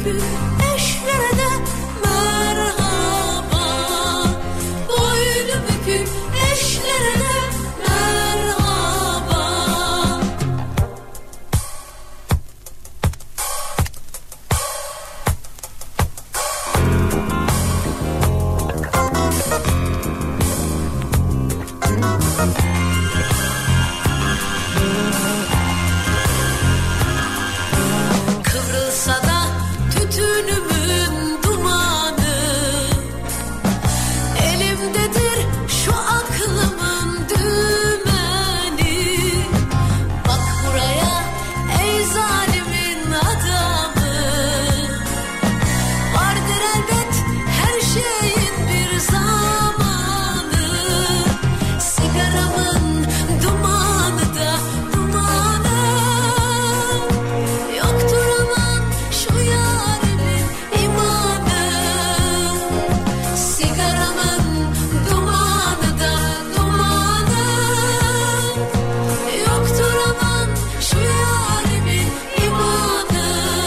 bükük eşlere de merhaba. Boynu bükük eşlere de merhaba. Kıvrılsa da tütünümün dumanı, elimdedir şu aklımın dümeni. Bak buraya ey zalimin adamı, vardır elbet her şeyin bir zamanı. Sigaramın dumanı da dumanı, yoktur aman şu yarimin imanı. Sigaramın dumanı da dumanı, yoktur aman şu yarimin imanı.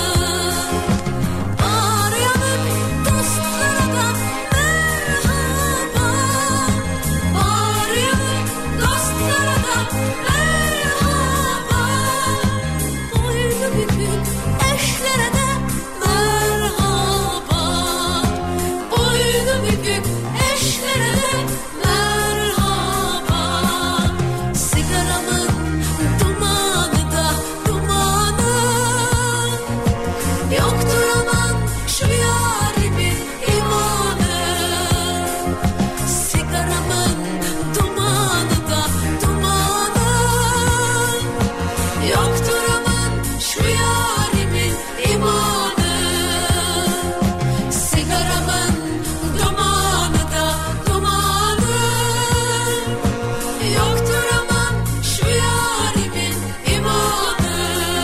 Bağır yanık dostlara da merhaba. Bağır yanık dostlara da merhaba. Boynu bükük eşlere de merhaba. Boynu bükük eşlere de merhaba. Sigaramın dumanı da dumanı, yoktur aman şu yarimin imanı. Sigaramın dumanı da dumanı, yoktur aman şu yarimin imanı. Sigaramın dumanı da dumanı, yoktur aman şu yarimin imanı.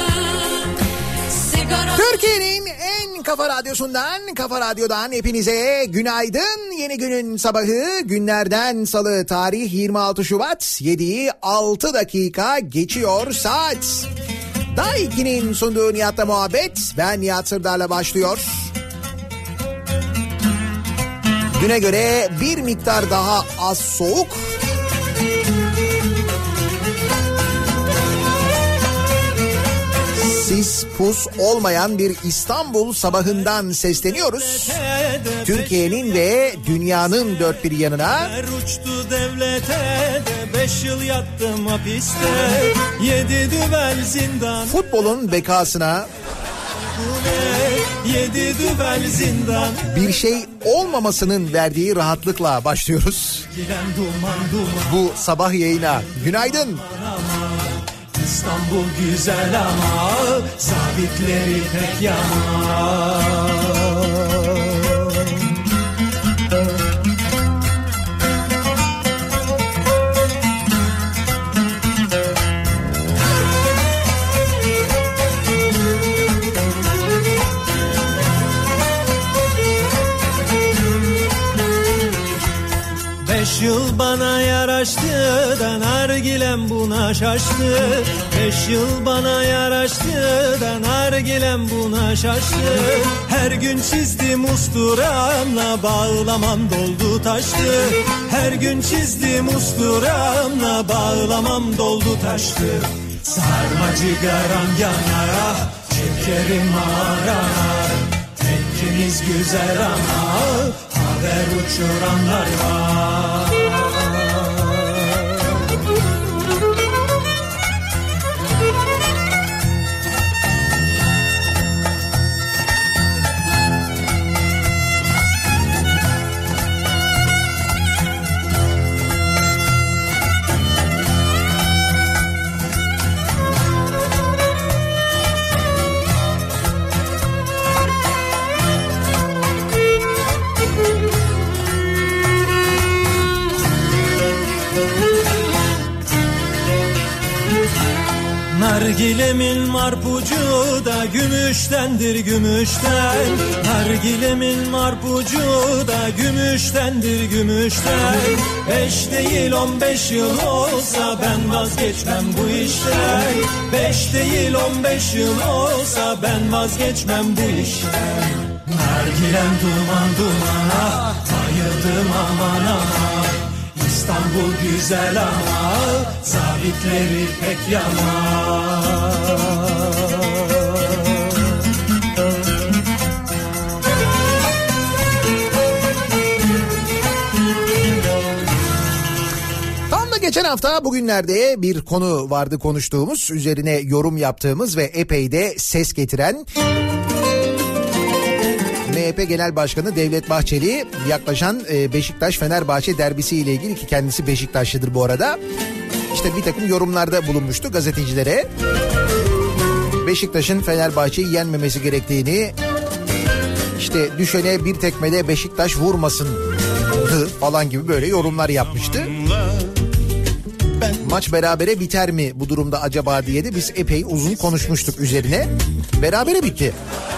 Sigara Türkiye'nin en kafa radyosundan, Kafa Radyo'dan hepinize günaydın. Yeni günün sabahı, günlerden salı, tarih 26 Şubat, 7'yi 6 dakika geçiyor saat. Daiki'nin sunduğu Nihat'la muhabbet, ben Nihat Sırdar'la başlıyor. Düne göre bir miktar daha az soğuk. Sis pus olmayan bir İstanbul sabahından sesleniyoruz. Türkiye'nin ve dünyanın dört bir yanına. Uçtu devlete de 5 yıl yattım hapiste, 7 düvel zindan. Futbolun bekasına 7 düvel zindan. bir şey olmamasının verdiği rahatlıkla başlıyoruz Giren duman duman. bu sabah yayına. Günaydın. İstanbul güzel ama zabitleri pek yaman. Beş yıl bana yaraştı da nargilem buna şaştı. 5 yıl bana yaraştı da nargilem buna şaştı. Her gün çizdim usturamla, bağlamam doldu taştı. Her gün çizdim usturamla, bağlamam doldu taştı. Sarma cigaram yanar, çekerim ağrar. Tekkimiz güzel ama haber uçuranlar var. Nargilemin marpucu da gümüştendir gümüşten. Nargilemin marpucu da gümüştendir gümüşten. 5 değil 15 yıl olsa ben vazgeçmem bu işten. 5 değil 15 yıl olsa ben vazgeçmem bu işten. Nargilem duman duman ah, bayıldım aman aman. İstanbul güzel ama sabitleri pek yaman. Tam da geçen hafta bugünlerde bir konu vardı konuştuğumuz, üzerine yorum yaptığımız ve epey de ses getiren MHP Genel Başkanı Devlet Bahçeli yaklaşan Beşiktaş-Fenerbahçe derbisi ile ilgili, ki kendisi Beşiktaşlıdır bu arada, işte bir takım yorumlarda bulunmuştu gazetecilere. Beşiktaş'ın Fenerbahçe'yi yenmemesi gerektiğini, işte düşene bir tekmede Beşiktaş vurmasın falan gibi böyle yorumlar yapmıştı. Maç berabere biter mi bu durumda acaba diye de biz epey uzun konuşmuştuk üzerine. Berabere bitti.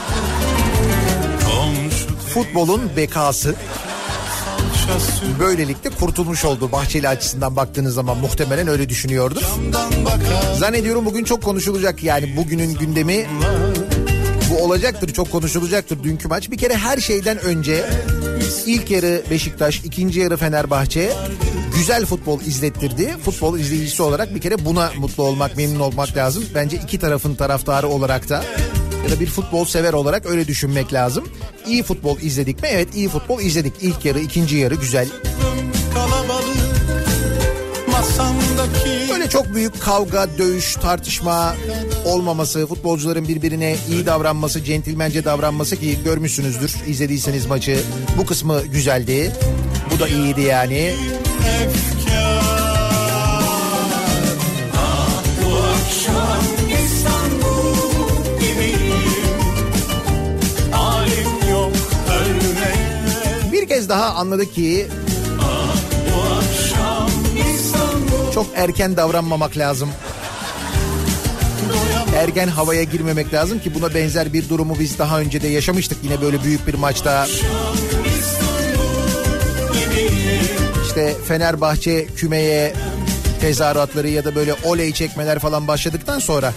Futbolun bekası böylelikle kurtulmuş oldu Bahçeli açısından baktığınız zaman, muhtemelen öyle düşünüyordur. Zannediyorum bugün çok konuşulacak, yani bugünün gündemi bu olacaktır, çok konuşulacaktır dünkü maç. Bir kere her şeyden önce ilk yarı Beşiktaş, ikinci yarı Fenerbahçe güzel futbol izlettirdi. Futbol izleyicisi olarak bir kere buna mutlu olmak, memnun olmak lazım. Bence iki tarafın taraftarı olarak da ya da bir futbol sever olarak öyle düşünmek lazım. İyi futbol izledik mi? Evet, iyi futbol izledik. İlk yarı, ikinci yarı güzel. Öyle çok büyük kavga, dövüş, tartışma olmaması, futbolcuların birbirine iyi davranması, centilmence davranması, ki görmüşsünüzdür izlediyseniz maçı. Bu kısmı güzeldi. Bu da iyiydi yani. Bir kez daha anladık ki çok erken davranmamak lazım. Erken havaya girmemek lazım, ki buna benzer bir durumu biz daha önce de yaşamıştık yine böyle büyük bir maçta. İşte Fenerbahçe kümeye tezahüratları ya da böyle oley çekmeler falan başladıktan sonra,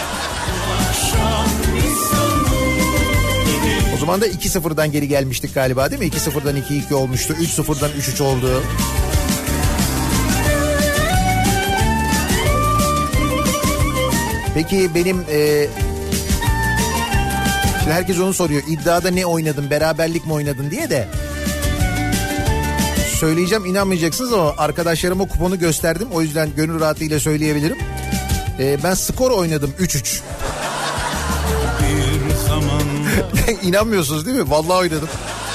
o zaman da 2-0'dan geri gelmiştik galiba, değil mi? 2-0'dan 2-2 olmuştu. 3-0'dan 3-3 oldu. Peki benim şimdi herkes onu soruyor. İddiada ne oynadın? Beraberlik mi oynadın diye de. Söyleyeceğim, inanmayacaksınız ama arkadaşlarıma kuponu gösterdim. O yüzden gönül rahatıyla söyleyebilirim. Ben skor oynadım 3-3. İnanmıyorsunuz değil mi? Vallahi oynadım.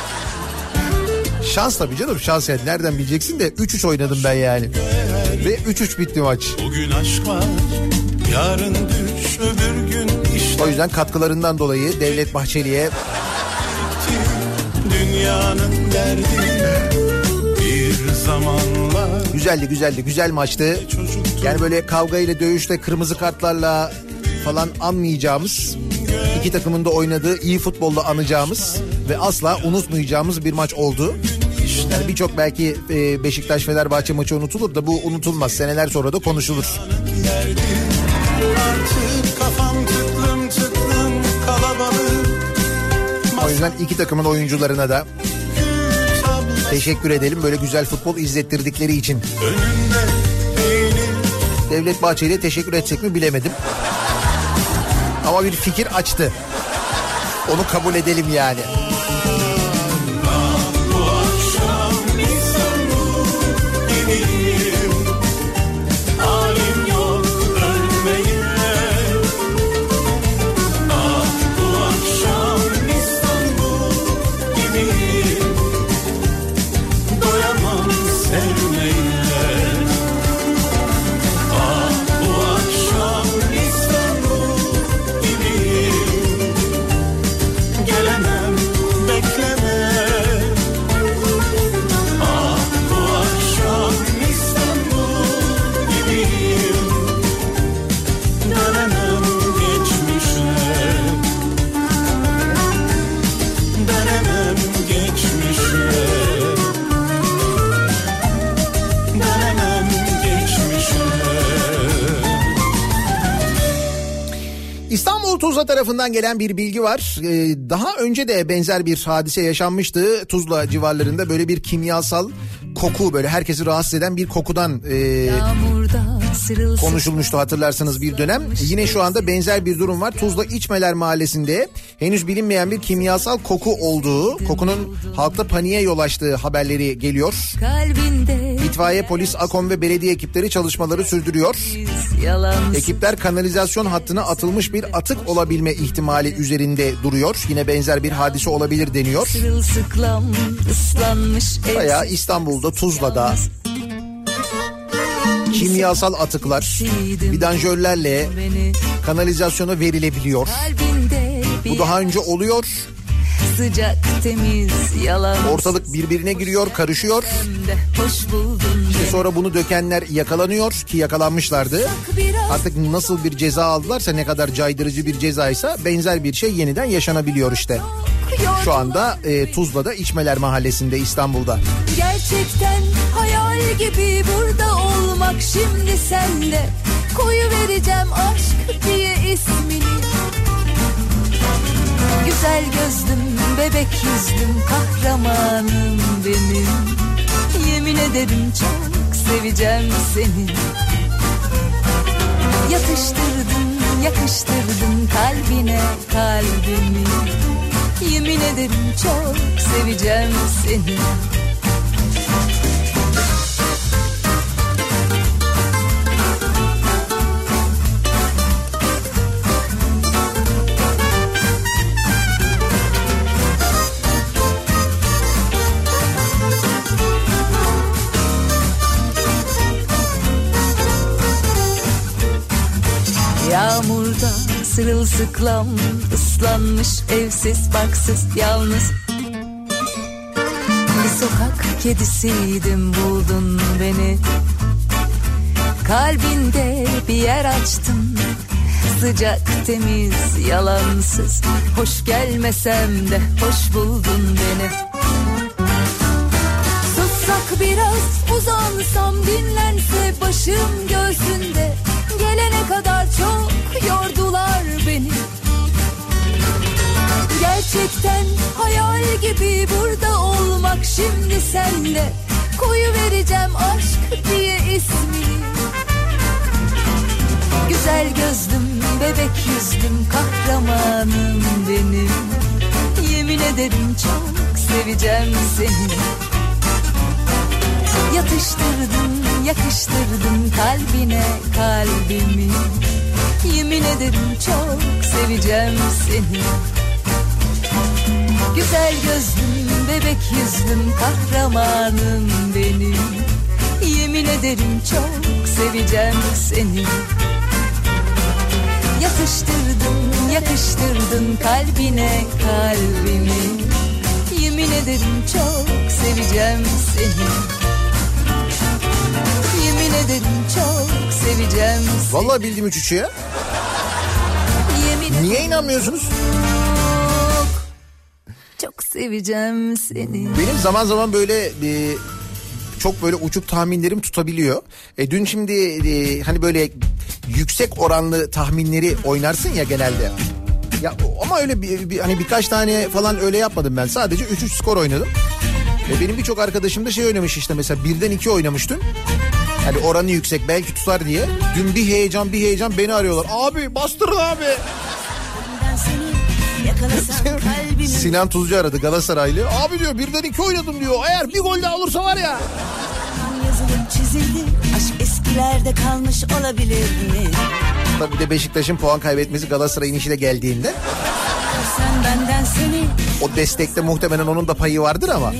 Şans tabii canım, şans yani. Nereden bileceksin de 3-3 oynadım ben yani. Ve 3-3 bitti maç. Bugün aşk var, yarın düş, öbür gün işte. O yüzden katkılarından dolayı Devlet Bahçeli'ye dünyanın derdi bir zamanlar. Güzeldi, güzel maçtı. Yani böyle kavgayla, dövüşle, kırmızı kartlarla falan anmayacağımız, iki takımın da oynadığı iyi futbolla anacağımız ve asla unutmayacağımız bir maç oldu. Yani birçok belki Beşiktaş-Fenerbahçe maçı unutulur da bu unutulmaz. Seneler sonra da konuşulur. O yüzden iki takımın oyuncularına da teşekkür edelim böyle güzel futbol izlettirdikleri için. Devlet Bahçeli'ye teşekkür etsek mi bilemedim. Ama bir fikir açtı. Onu kabul edelim yani. Tuzla tarafından gelen bir bilgi var. Daha önce de benzer bir hadise yaşanmıştı. Tuzla civarlarında böyle bir kimyasal koku, böyle herkesi rahatsız eden bir kokudan konuşulmuştu hatırlarsanız bir dönem. Yine şu anda benzer bir durum var. Tuzla İçmeler Mahallesi'nde henüz bilinmeyen bir kimyasal koku olduğu, kokunun halkta paniğe yol açtığı haberleri geliyor. İtfaiye, polis, AKOM ve belediye ekipleri çalışmaları sürdürüyor. Ekipler kanalizasyon hattına atılmış bir atık olabilme ihtimali üzerinde duruyor. Yine benzer bir hadise olabilir deniyor. Bayağı İstanbul'da, Tuzla'da kimyasal atıklar vidanjörlerle kanalizasyona verilebiliyor. Bu daha önce oluyor. Sıcak, temiz, yalan. Ortalık birbirine giriyor, karışıyor. İşte sonra bunu dökenler yakalanıyor ki yakalanmışlardı. Artık nasıl bir ceza aldılarsa, ne kadar caydırıcı bir cezaysa benzer bir şey yeniden yaşanabiliyor işte. Şu anda Tuzla'da İçmeler Mahallesi'nde, İstanbul'da. Gerçekten hayal gibi burada olmak şimdi sende. Koyu vereceğim aşk diye ismini. Güzel gözlüm, bebek yüzlüm, kahramanım benim. Yemin ederim çok seveceğim seni. Yatıştırdın, yakıştırdın kalbine kalbimi. Yemin ederim çok seveceğim seni. Yağmurda sırılsıklam, ıslanmış, evsiz, barksız, yalnız. Bir sokak kedisiydim, buldun beni. Kalbinde bir yer açtım. Sıcak, temiz, yalansız. Hoş gelmesem de hoş buldun beni. Sussak biraz, uzansam, dinlense başım göğsünde. Gelene kadar çok yordular beni. Gerçekten hayal gibi burada olmak şimdi sende. Koyu vereceğim aşk diye ismini. Güzel gözlüm, bebek yüzlüm, kahramanım benim. Yemin ederim çok seveceğim seni. Yatıştırdın, yakıştırdın kalbine kalbimi. Yemin ederim çok seveceğim seni. Güzel gözlüm, bebek yüzlüm, kahramanım benim. Yemin ederim çok seveceğim seni. Yatıştırdın, yakıştırdın kalbine kalbimi. Yemin ederim çok seveceğim seni. Yemin ederim çok seveceğim seni. Vallahi bildim 3-3'ü ya. Niye inanmıyorsunuz? Çok seveceğim seni. Benim zaman zaman böyle çok böyle uçuk tahminlerim tutabiliyor. Dün şimdi hani böyle yüksek oranlı tahminleri oynarsın ya genelde. Ya ama öyle hani birkaç tane falan öyle yapmadım ben. Sadece 3-3 skor oynadım. Benim birçok arkadaşım da şey oynamış işte, mesela 1'den 2 oynamıştım. Hani oranı yüksek belki tutar diye. Dün bir heyecan beni arıyorlar. Abi bastırın abi. Sinan Tuzcu aradı, Galatasaraylı. Abi diyor 1'den 2 oynadım diyor. Eğer bir gol daha olursa var ya. Yazılıp çizildi. Aşk eskilerde kalmış olabilir mi? Tabii de Beşiktaş'ın puan kaybetmesi Galatasaray'ın işine geldiğinde. Sen benden seni. O destekte muhtemelen onun da payı vardır ama.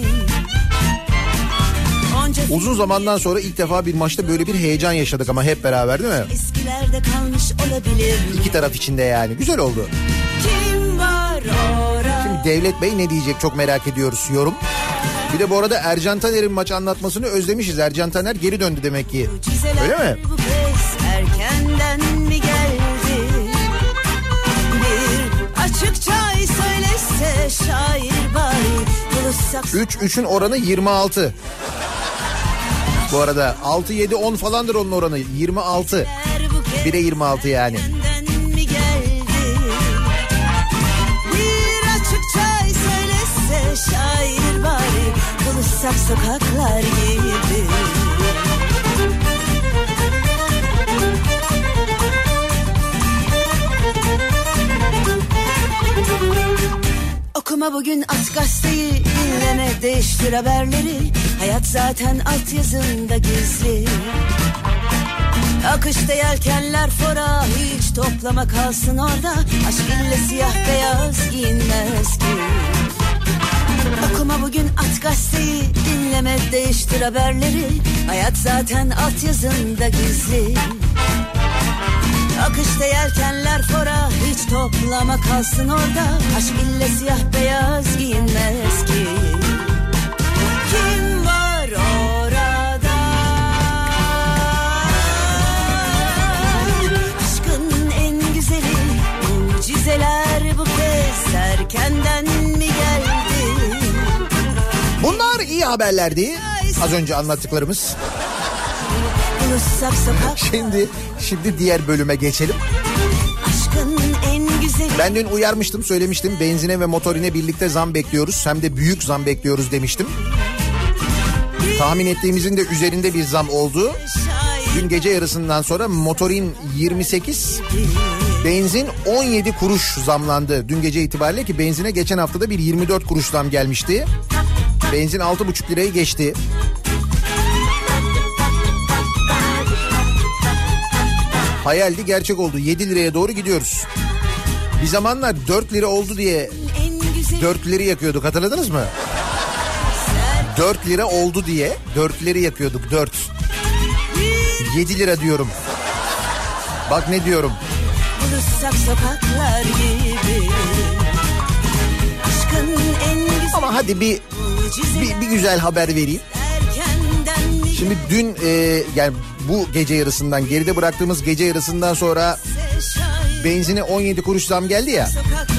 Uzun zamandan sonra ilk defa bir maçta böyle bir heyecan yaşadık ama hep beraber, değil mi? Eskilerde kalmış olabilir mi? İki taraf içinde yani. Güzel oldu. Kim var orada? Şimdi Devlet Bey ne diyecek çok merak ediyoruz, yorum. Bir de bu arada Ercan Taner'in maç anlatmasını özlemişiz. Ercan Taner geri döndü demek ki. Öyle mi? Bu kez erkenden mi geldi? Bir açıkça söylese şair bari. 3-3'ün oranı 26. Bu arada 6-7-10 falandır onun oranı. 26. 1'e 26 yani. şair bari buluşsak sokaklar gibi. Okuma bugün, aç gazeteyi, dinleme, değiştir haberleri. Hayat zaten altyazında gizli. Akışta yelkenler fora, hiç toplama kalsın orada. Aşk ille siyah beyaz giyinmez ki. Okuma bugün, aç gazeteyi, dinleme, değiştir haberleri. Hayat zaten altyazında gizli. Akışta yelkenler fora, hiç toplama kalsın orada. Aşk ille siyah beyaz giyinmez ki. Kim var orada? Aşkın en güzeli, mucizeler bu kez erkenden mi geldi? Bunlar iyi haberlerdi. Az önce anlattıklarımız. Şimdi diğer bölüme geçelim. Ben dün uyarmıştım, söylemiştim. Benzine ve motorine birlikte zam bekliyoruz. Hem de büyük zam bekliyoruz demiştim. Tahmin ettiğimizin de üzerinde bir zam oldu. Dün gece yarısından sonra motorin 28, benzin 17 kuruş zamlandı. Dün gece itibariyle, ki benzine geçen haftada bir 24 kuruş zam gelmişti. Benzin 6,5 lirayı geçti. Hayaldi, gerçek oldu. 7 liraya doğru gidiyoruz. Bir zamanlar 4 lira oldu diye 4'leri yakıyorduk, hatırladınız mı? 4 lira oldu diye 4'leri yakıyorduk, 4. 7 lira diyorum. Bak ne diyorum. Ama hadi bir güzel haber vereyim. Şimdi dün yani bu gece yarısından, geride bıraktığımız gece yarısından sonra benzine 17 kuruş zam geldi ya.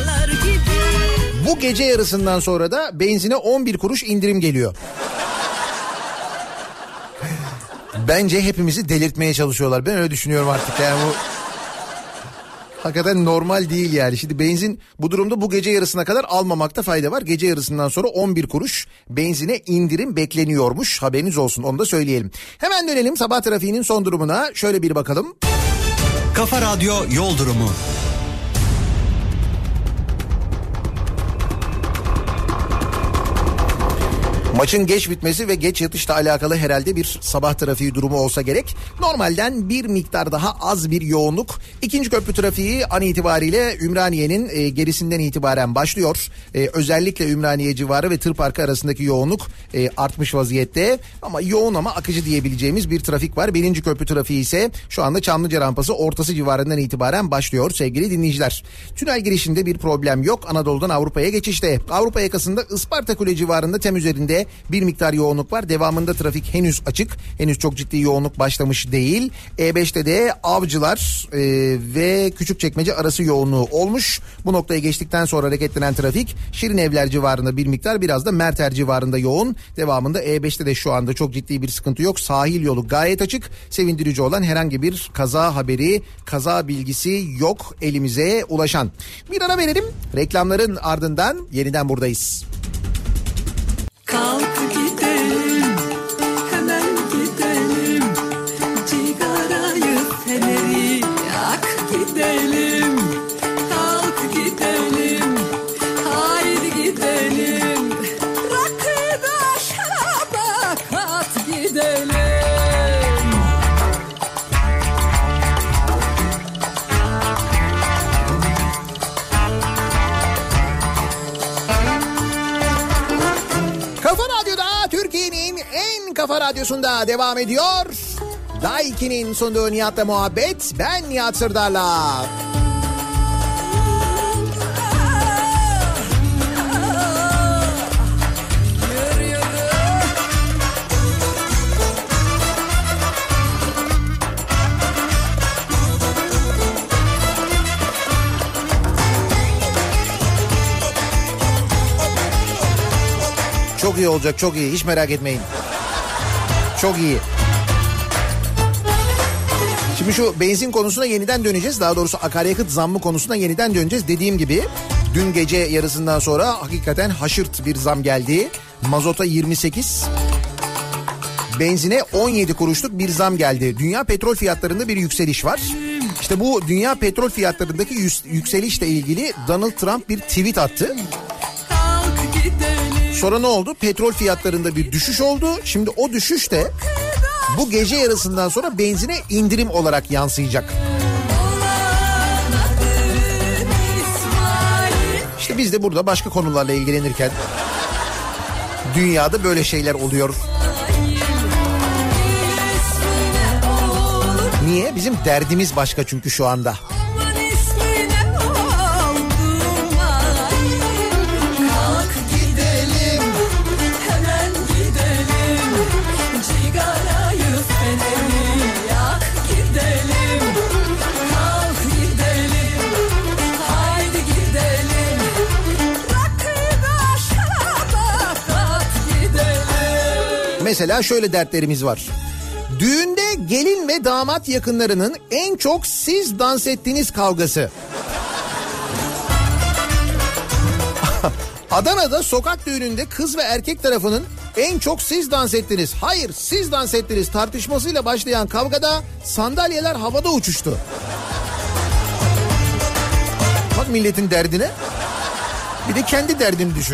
Bu gece yarısından sonra da benzine 11 kuruş indirim geliyor. Bence hepimizi delirtmeye çalışıyorlar. Ben öyle düşünüyorum artık. Yani bu hakikaten normal değil yani. Şimdi benzin bu durumda bu gece yarısına kadar almamakta fayda var. Gece yarısından sonra 11 kuruş benzine indirim bekleniyormuş. Haberiniz olsun, onu da söyleyelim. Hemen dönelim sabah trafiğinin son durumuna. Şöyle bir bakalım. Kafa Radyo Yol Durumu. Maçın geç bitmesi ve geç yatışla alakalı herhalde bir sabah trafiği durumu olsa gerek. Normalden bir miktar daha az bir yoğunluk. İkinci köprü trafiği an itibariyle Ümraniye'nin gerisinden itibaren başlıyor. Özellikle Ümraniye civarı ve Tır Parkı arasındaki yoğunluk artmış vaziyette. Ama yoğun ama akıcı diyebileceğimiz bir trafik var. Birinci köprü trafiği ise şu anda Çamlıca rampası ortası civarından itibaren başlıyor sevgili dinleyiciler. Tünel girişinde bir problem yok. Anadolu'dan Avrupa'ya geçişte. Avrupa yakasında Isparta Kule civarında tem üzerinde bir miktar yoğunluk var. Devamında trafik henüz açık. Henüz çok ciddi yoğunluk başlamış değil. E5'te de Avcılar ve Küçükçekmece arası yoğunluğu olmuş. Bu noktaya geçtikten sonra hareketlenen trafik Şirinevler civarında bir miktar, biraz da Merter civarında yoğun. Devamında E5'te de şu anda çok ciddi bir sıkıntı yok. Sahil yolu gayet açık. Sevindirici olan herhangi bir kaza haberi, kaza bilgisi yok elimize ulaşan. Bir ara verelim. Reklamların ardından yeniden buradayız. Kalk gidelim, hemen gidelim, cigarayı feneri yak gidelim, kalk gidelim, haydi gidelim, rakıda şaraba kat gidelim. Kafa Radyosu'nda devam ediyor. Daiki'nin sunduğu Nihat'la muhabbet. Ben Nihat Sırdar'la. Çok iyi olacak, çok iyi. Hiç merak etmeyin. Çok iyi. Şimdi şu benzin konusuna yeniden döneceğiz. Daha doğrusu akaryakıt zammı konusuna yeniden döneceğiz. Dediğim gibi Dün gece yarısından sonra hakikaten haşırt bir zam geldi. Mazota 28, benzine 17 kuruşluk bir zam geldi. Dünya petrol fiyatlarında bir yükseliş var. İşte bu dünya petrol fiyatlarındaki yükselişle ilgili Donald Trump bir tweet attı. Sonra ne oldu? Petrol fiyatlarında bir düşüş oldu. Şimdi o düşüş de bu gece yarısından sonra benzine indirim olarak yansıyacak. İşte biz de burada başka konularla ilgilenirken dünyada böyle şeyler oluyor. Niye? Bizim derdimiz başka çünkü şu anda. Mesela şöyle dertlerimiz var. Düğünde gelin ve damat yakınlarının en çok siz dans ettiğiniz kavgası. Adana'da sokak düğününde kız ve erkek tarafının en çok siz dans ettiniz, hayır siz dans ettiniz tartışmasıyla başlayan kavgada sandalyeler havada uçuştu. Bak milletin derdine, bir de kendi derdini düşün.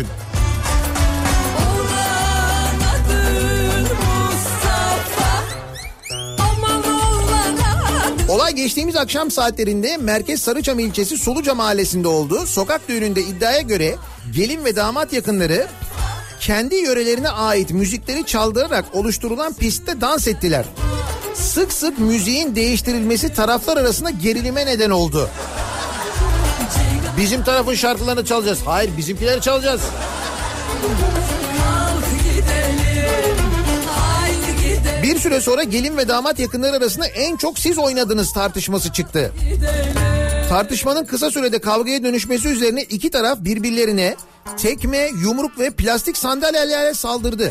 Olay geçtiğimiz akşam saatlerinde Merkez Sarıçam ilçesi Suluca mahallesinde oldu. Sokak düğününde iddiaya göre gelin ve damat yakınları kendi yörelerine ait müzikleri çaldırarak oluşturulan pistte dans ettiler. Sık sık müziğin değiştirilmesi taraflar arasında gerilime neden oldu. Bizim tarafın şarkılarını çalacağız. Hayır, bizimkileri çalacağız. Bir süre sonra gelin ve damat yakınları arasında en çok siz oynadınız tartışması çıktı. Tartışmanın kısa sürede kavgaya dönüşmesi üzerine iki taraf birbirlerine tekme, yumruk ve plastik sandalyelerle saldırdı.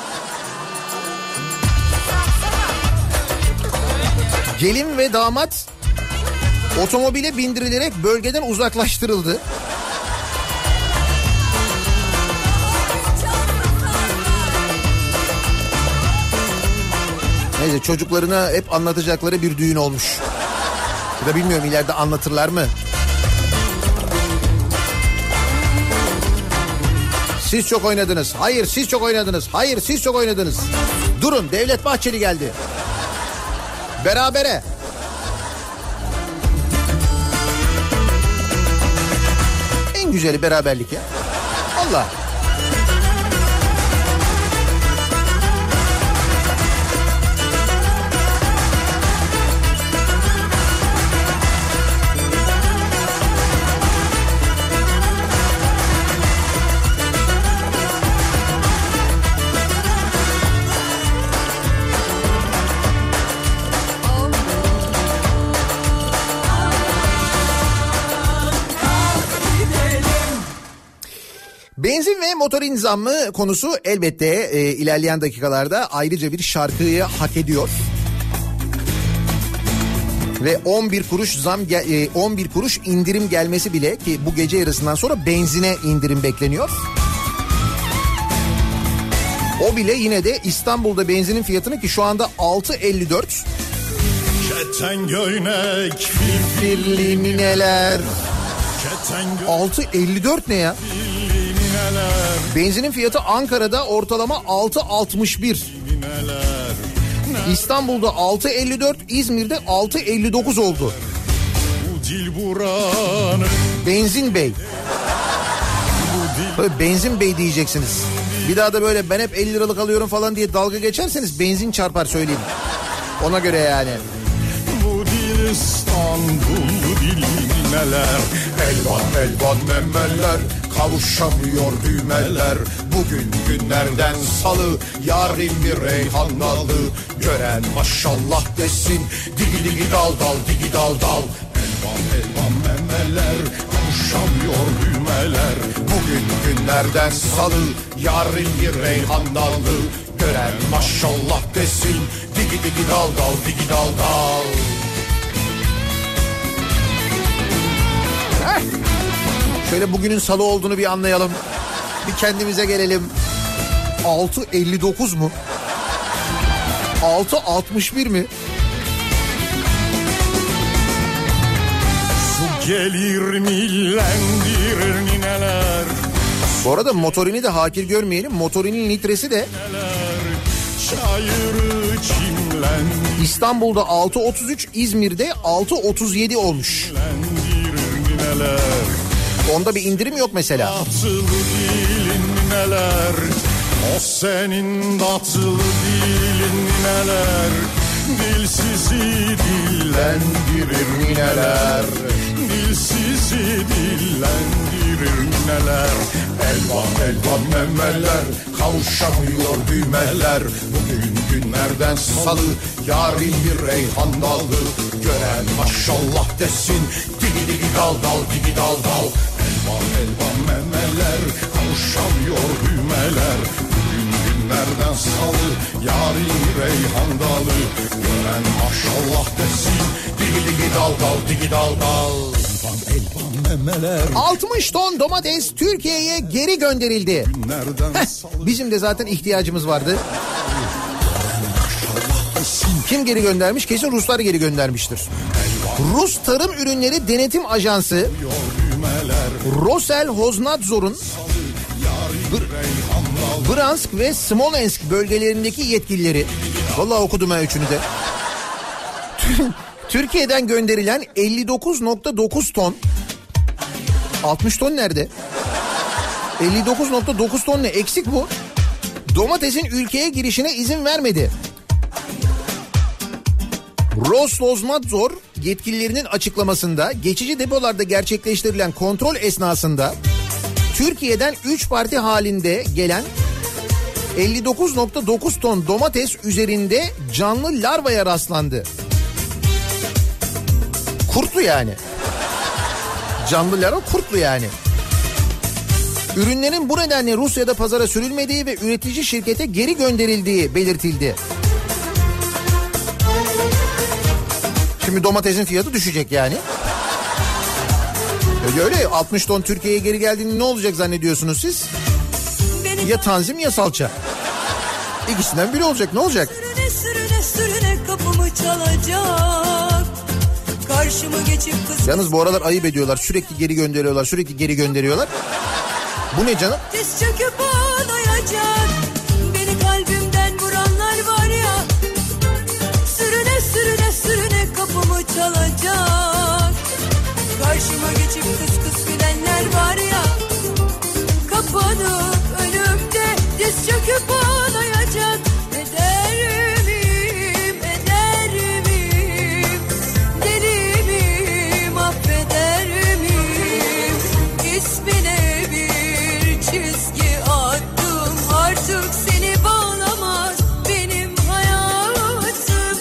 Gelin ve damat otomobile bindirilerek bölgeden uzaklaştırıldı. Neyse, çocuklarına hep anlatacakları bir düğün olmuş. Ya da bilmiyorum ileride anlatırlar mı? Siz çok oynadınız. Hayır siz çok oynadınız. Hayır siz çok oynadınız. Durun, Devlet Bahçeli geldi. Berabere. En güzeli beraberlik ya. Allah. Benzin ve motorin zammı konusu elbette ilerleyen dakikalarda ayrıca bir şarkıyı hak ediyor. Ve 11 kuruş 11 kuruş indirim gelmesi bile, ki bu gece yarısından sonra benzine indirim bekleniyor. O bile yine de İstanbul'da benzinin fiyatını, ki şu anda 6.54. Keten göynek Firli nineler. 6.54 ne ya? Benzinin fiyatı Ankara'da ortalama 6.61. İstanbul'da 6.54, İzmir'de 6.59 oldu. Benzin Bey. Böyle Benzin Bey diyeceksiniz. Bir daha da böyle ben hep 50 liralık alıyorum falan diye dalga geçerseniz benzin çarpar, söyleyeyim. Ona göre yani. Bu dil İstanbul dili neler? Elvan elvan memeller, kavuşamıyor düğmeler. Bugün günlerden salı, yarın bir reyhannalı. Gören maşallah desin, digi digi dal dal digi dal dal. Elvan elvan memeler, kavuşamıyor düğmeler. Bugün günlerden salı, yarın bir reyhannalı. Gören maşallah desin, digi digi dal dal digi dal dal. Şöyle bugünün salı olduğunu bir anlayalım. Bir kendimize gelelim. 6.59 mu? 6.61 mi? Su gelir millendir nineler. Bu arada motorini de hakir görmeyelim. Motorinin litresi de Çayırı çimlendir İstanbul'da 6.33, İzmir'de 6.37 olmuş. nineler. Onda bir indirim yok mesela. Tatlı dilin neler, o senin tatlı dilin neler, dilsizi dillendirir nineler, dilsizi dillendirir nineler. Elvan elvan memeler, kavuşamıyor düğmeler, bugün günlerden salı, yarın bir reyhan dalı, gören maşallah desin, digi digi dal dal digi dal dal. Elvan elvan memeler, kavuşamıyor düğmeler, bugün günlerden salı, yarın reyhan dalı, gören maşallah desin, digi digi dal dal digi dal dal. Elvan elvan memeler, 60 ton domates Türkiye'ye geri gönderildi. günlerden salı, Bizim de zaten ihtiyacımız vardı. Kim geri göndermiş? Kesin Ruslar geri göndermiştir. Rus Tarım Ürünleri Denetim Ajansı Roselhoznadzor'un Bryansk ve Smolensk bölgelerindeki yetkilileri, vallahi okudum ben üçünü de, Türkiye'den gönderilen 59.9 ton, 60 ton nerede? 59.9 ton ne? Eksik bu. Domatesin ülkeye girişine izin vermedi. Roselhoznadzor yetkililerinin açıklamasında geçici depolarda gerçekleştirilen kontrol esnasında Türkiye'den 3 parti halinde gelen 59.9 ton domates üzerinde canlı larvaya rastlandı. Kurtlu yani. Canlı larva kurtlu yani. Ürünlerin bu nedenle Rusya'da pazara sürülmediği ve üretici şirkete geri gönderildiği belirtildi. Şimdi domatesin fiyatı düşecek yani. Öyle 60 ton Türkiye'ye geri geldiğinde ne olacak zannediyorsunuz siz? Ya tanzim ya salça. İkisinden biri olacak, ne olacak? Sürüne sürüne sürüne kapımı çalacak. Karşımı geçip kız. Yalnız bu aralar ayıp ediyorlar. Sürekli geri gönderiyorlar, sürekli geri gönderiyorlar. Bu ne canım? Diz çöküp ağlayacak. Beni kalbimden vuranlar var ya. Sürüne sürüne sürüne kapımı çalacak. Karşıma geçip kıs kıs gülenler var ya. Kapanıp önümde diz çöküp ağlayacak. Eder miyim, eder miyim? Deli miyim, affeder miyim? İsmine bir çizgi attım. Artık seni bağlamaz benim hayatım.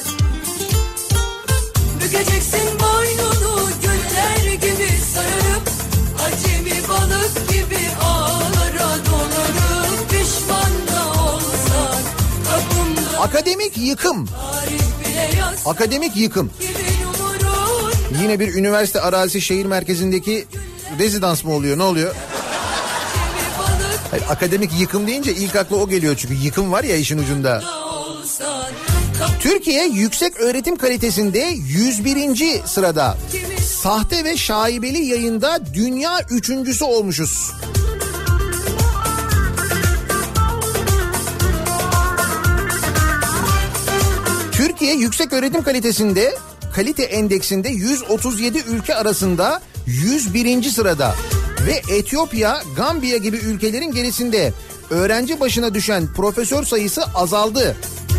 Bükeceksin boynunu güller gibi sararıp, acemi balık gibi ağlara dolanıp, pişman da olsan kapımda Akademik yıkım. tarih bile yaz. Akademik yıkım. Kimin umurun Yine bir üniversite arazisi şehir merkezindeki rezidans mı oluyor, ne oluyor? gibi balık Hayır, akademik yıkım deyince ilk akla o geliyor çünkü yıkım var ya işin ucunda. da olsan Türkiye yüksek öğretim kalitesinde 101. sırada. Sahte ve şaibeli yayında dünya 3.'sü olmuşuz. Türkiye yüksek öğretim kalitesinde, kalite endeksinde 137 ülke arasında 101. sırada ve Etiyopya, Gambiya gibi ülkelerin gerisinde. Öğrenci başına düşen profesör sayısı azaldı.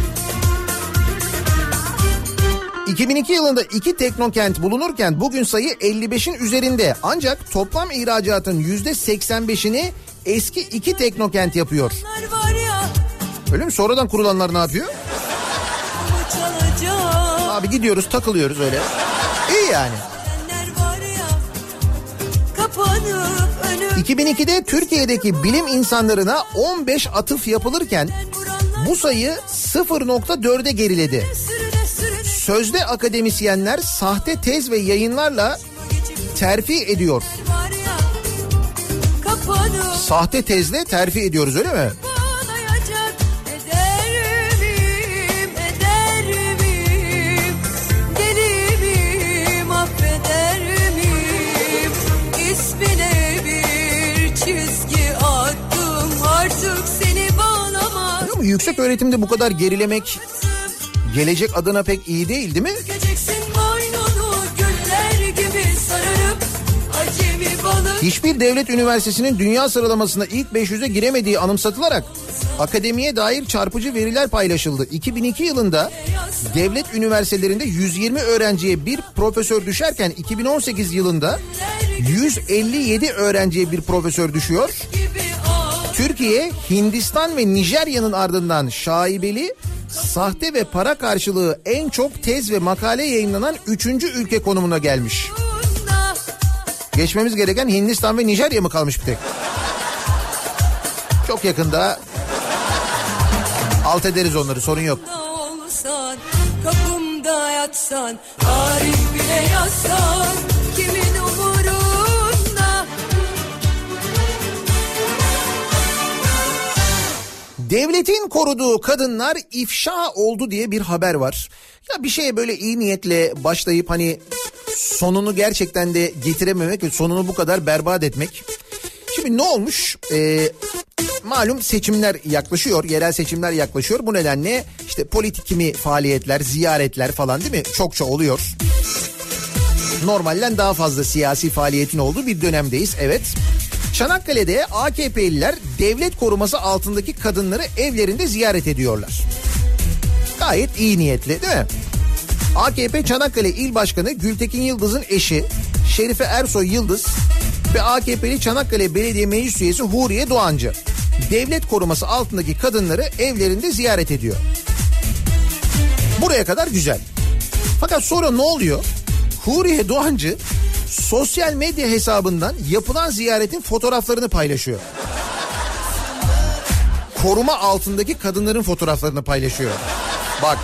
2002 yılında 2 teknokent bulunurken bugün sayı 55'in üzerinde. Ancak toplam ihracatın %85'ini eski 2 teknokent yapıyor. var ya. Öyle mi? Sonradan kurulanlar ne yapıyor? Kapımı çalacak. Abi gidiyoruz, takılıyoruz öyle. İyi yani. Gülenler var ya. Kapanıp önümde 2002'de Türkiye'deki bilim insanlarına 15 atıf yapılırken bu sayı 0.4'e geriledi. sürüne sürüne Sözde akademisyenler sahte tez ve yayınlarla terfi ediyor. var ya. yapanı Sahte tezle terfi ediyoruz, öyle mi? bağlayacak eder miyim? Deli miyim, affeder miyim? İsmine bir çizgi attım, artık seni bağlamaz. Ama yüksek öğretimde bu kadar gerilemek gelecek adına pek iyi değil, değil mi? Dökeceksin boynunu güller gibi sararıp acemi balık. Hiçbir devlet üniversitesinin dünya sıralamasında ilk 500'e giremediği anımsatılarak akademiye dair çarpıcı veriler paylaşıldı. 2002 yılında devlet üniversitelerinde 120 öğrenciye bir profesör düşerken 2018 yılında 157 öğrenciye bir profesör düşüyor. Türkiye, Hindistan ve Nijerya'nın ardından şaibeli, sahte ve para karşılığı en çok tez ve makale yayınlanan 3. ülke konumuna gelmiş. Geçmemiz gereken Hindistan ve Nijerya mı kalmış bir tek? Çok yakında alt ederiz onları, sorun yok. Olsan, kapımda yatsan, tarih bile yazsan, kimin umurunda? Devletin koruduğu kadınlar ifşa oldu diye bir haber var. Ya bir şeye böyle iyi niyetle başlayıp hani sonunu gerçekten de getirememek ve sonunu bu kadar berbat etmek. Şimdi ne olmuş? Malum seçimler yaklaşıyor, yerel seçimler yaklaşıyor. Bu nedenle işte politik kimi faaliyetler, ziyaretler falan, değil mi? Çokça oluyor. Normalden daha fazla siyasi faaliyetin olduğu bir dönemdeyiz, evet. Çanakkale'de AKP'liler devlet koruması altındaki kadınları evlerinde ziyaret ediyorlar. Gayet iyi niyetli, değil mi? AKP Çanakkale İl Başkanı Gültekin Yıldız'ın eşi Şerife Ersoy Yıldız ve AKP'li Çanakkale Belediye Meclis Üyesi Huriye Doğancı devlet koruması altındaki kadınları evlerinde ziyaret ediyor. Buraya kadar güzel. Fakat sonra ne oluyor? Huriye Doğancı sosyal medya hesabından yapılan ziyaretin fotoğraflarını paylaşıyor. Koruma altındaki kadınların fotoğraflarını paylaşıyor. Bak.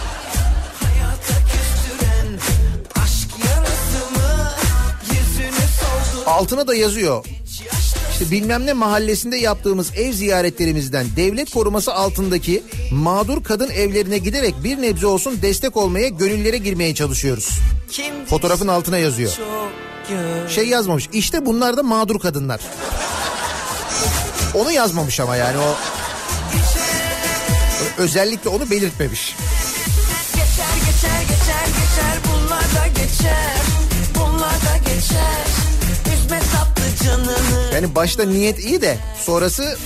Altına da yazıyor. İşte bilmem ne mahallesinde yaptığımız ev ziyaretlerimizden devlet koruması altındaki mağdur kadın evlerine giderek bir nebze olsun destek olmaya, gönüllere girmeye çalışıyoruz. Fotoğrafın altına yazıyor. Şey yazmamış. İşte bunlar da mağdur kadınlar. Onu yazmamış ama yani o özellikle onu belirtmemiş. Geçer bunlar da geçer. Üzme tatlı canını. Yani başta niyet iyi de sonrası Neler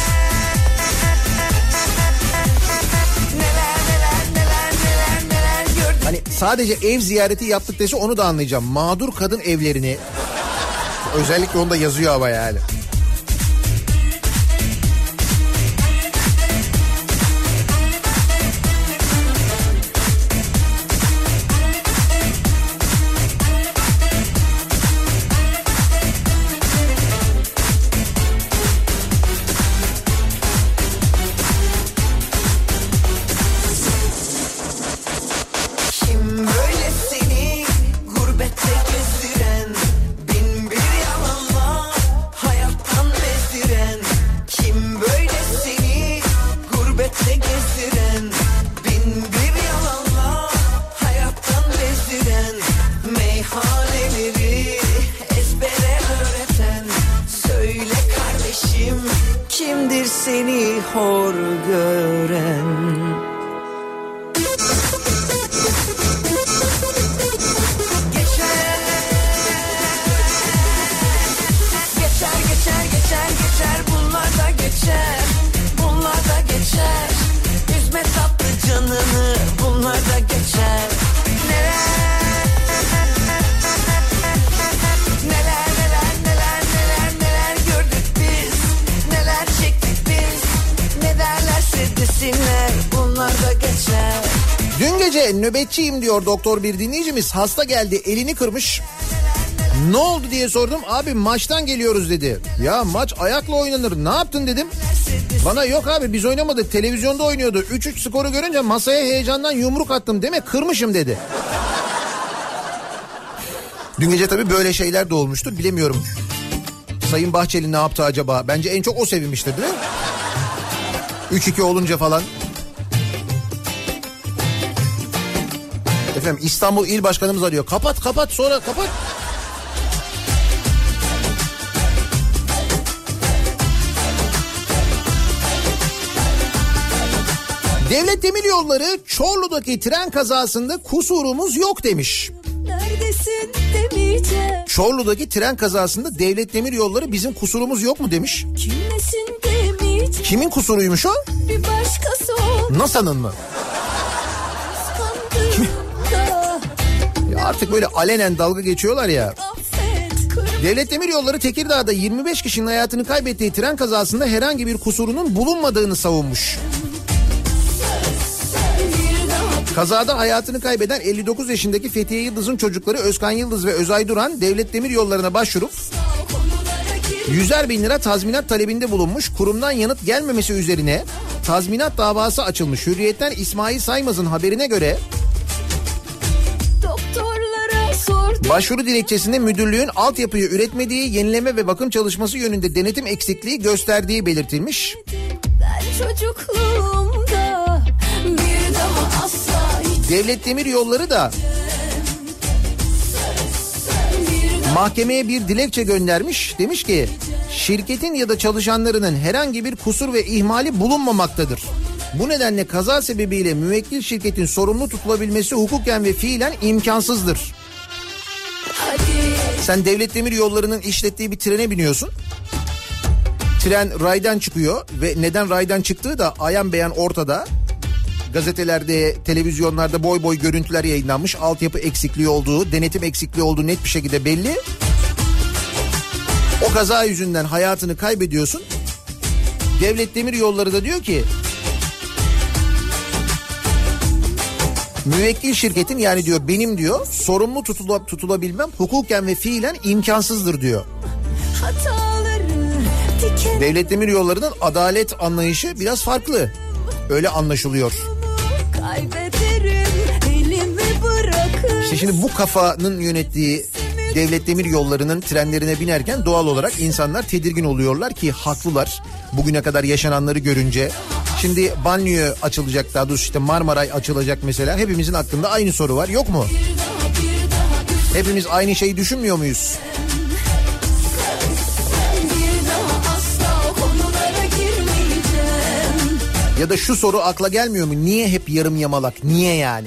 gördük. hani sadece ev ziyareti yaptık dese onu da anlayacağım. Mağdur kadın evlerini özellikle onu da yazıyor ama yani. Seni hor gören. Geçer bunlar da geçer. Üzme tatlı canını, bunlar da geçer. Neler gördük biz, neler çektik biz. Ne derlerse desinler, bunlar da geçer. Dün gece nöbetçiyim diyor doktor bir dinleyicimiz. Hasta geldi, elini kırmış. Ne oldu diye sordum. Abi maçtan geliyoruz dedi. Ya maç ayakla oynanır. Ne yaptın dedim. Bana yok abi biz oynamadık. Televizyonda oynuyordu. 3-3 skoru görünce masaya heyecandan yumruk attım. Demek kırmışım dedi. Dün gece tabii böyle şeyler de olmuştur. Bilemiyorum. Sayın Bahçeli ne yaptı acaba? Bence en çok o sevinmiştir değil mi? 3-2 olunca falan. Efendim İstanbul İl Başkanımız arıyor. Kapat sonra kapat. Devlet Demiryolları Çorlu'daki tren kazasında kusurumuz yok demiş. Neredesin demeyeceğim. Çorlu'daki tren kazasında Devlet Demiryolları bizim kusurumuz yok mu demiş. Kimlesin demeyeceğim. Kimin kusuruymuş o? Bir başkası o. NASA'nın mı? Ya artık böyle alenen dalga geçiyorlar ya. Devlet Demiryolları Tekirdağ'da 25 kişinin hayatını kaybettiği tren kazasında herhangi bir kusurunun bulunmadığını savunmuş. Kazada hayatını kaybeden 59 yaşındaki Fethiye Yıldız'ın çocukları Özkan Yıldız ve Özay Duran Devlet Demiryolları'na başvurup 100'er bin lira tazminat talebinde bulunmuş. Kurumdan yanıt gelmemesi üzerine tazminat davası açılmış. Hürriyet'ten İsmail Saymaz'ın haberine göre başvuru dilekçesinde müdürlüğün altyapıyı üretmediği, yenileme ve bakım çalışması yönünde denetim eksikliği gösterdiği belirtilmiş. Ben çocukluğumda bir daha asla Devlet Demiryolları da mahkemeye bir dilekçe göndermiş. Demiş ki şirketin ya da çalışanlarının herhangi bir kusur ve ihmali bulunmamaktadır. Bu nedenle kaza sebebiyle müvekkil şirketin sorumlu tutulabilmesi hukuken ve fiilen imkansızdır. Sen Devlet Demiryolları'nın işlettiği bir trene biniyorsun. Tren raydan çıkıyor ve neden raydan çıktığı da ayan beyan ortada. Gazetelerde, televizyonlarda boy boy görüntüler yayınlanmış. Altyapı eksikliği olduğu, denetim eksikliği olduğu net bir şekilde belli. O kaza yüzünden hayatını kaybediyorsun. Devlet Demiryolları da diyor ki müvekkil şirketin, yani diyor benim diyor sorumlu tutulabilmem hukuken ve fiilen imkansızdır diyor. Devlet Demiryolları'nın adalet anlayışı biraz farklı. Öyle anlaşılıyor. İşte şimdi bu kafanın yönettiği Devlet Demiryolları'nın trenlerine binerken doğal olarak insanlar tedirgin oluyorlar ki haklılar. Bugüne kadar yaşananları görünce. Şimdi banliyö açılacak, daha doğrusu işte Marmaray açılacak mesela. Hepimizin aklında aynı soru var, yok mu? Hepimiz aynı şeyi düşünmüyor muyuz? Ya da şu soru akla gelmiyor mu? Niye hep yarım yamalak? Niye yani?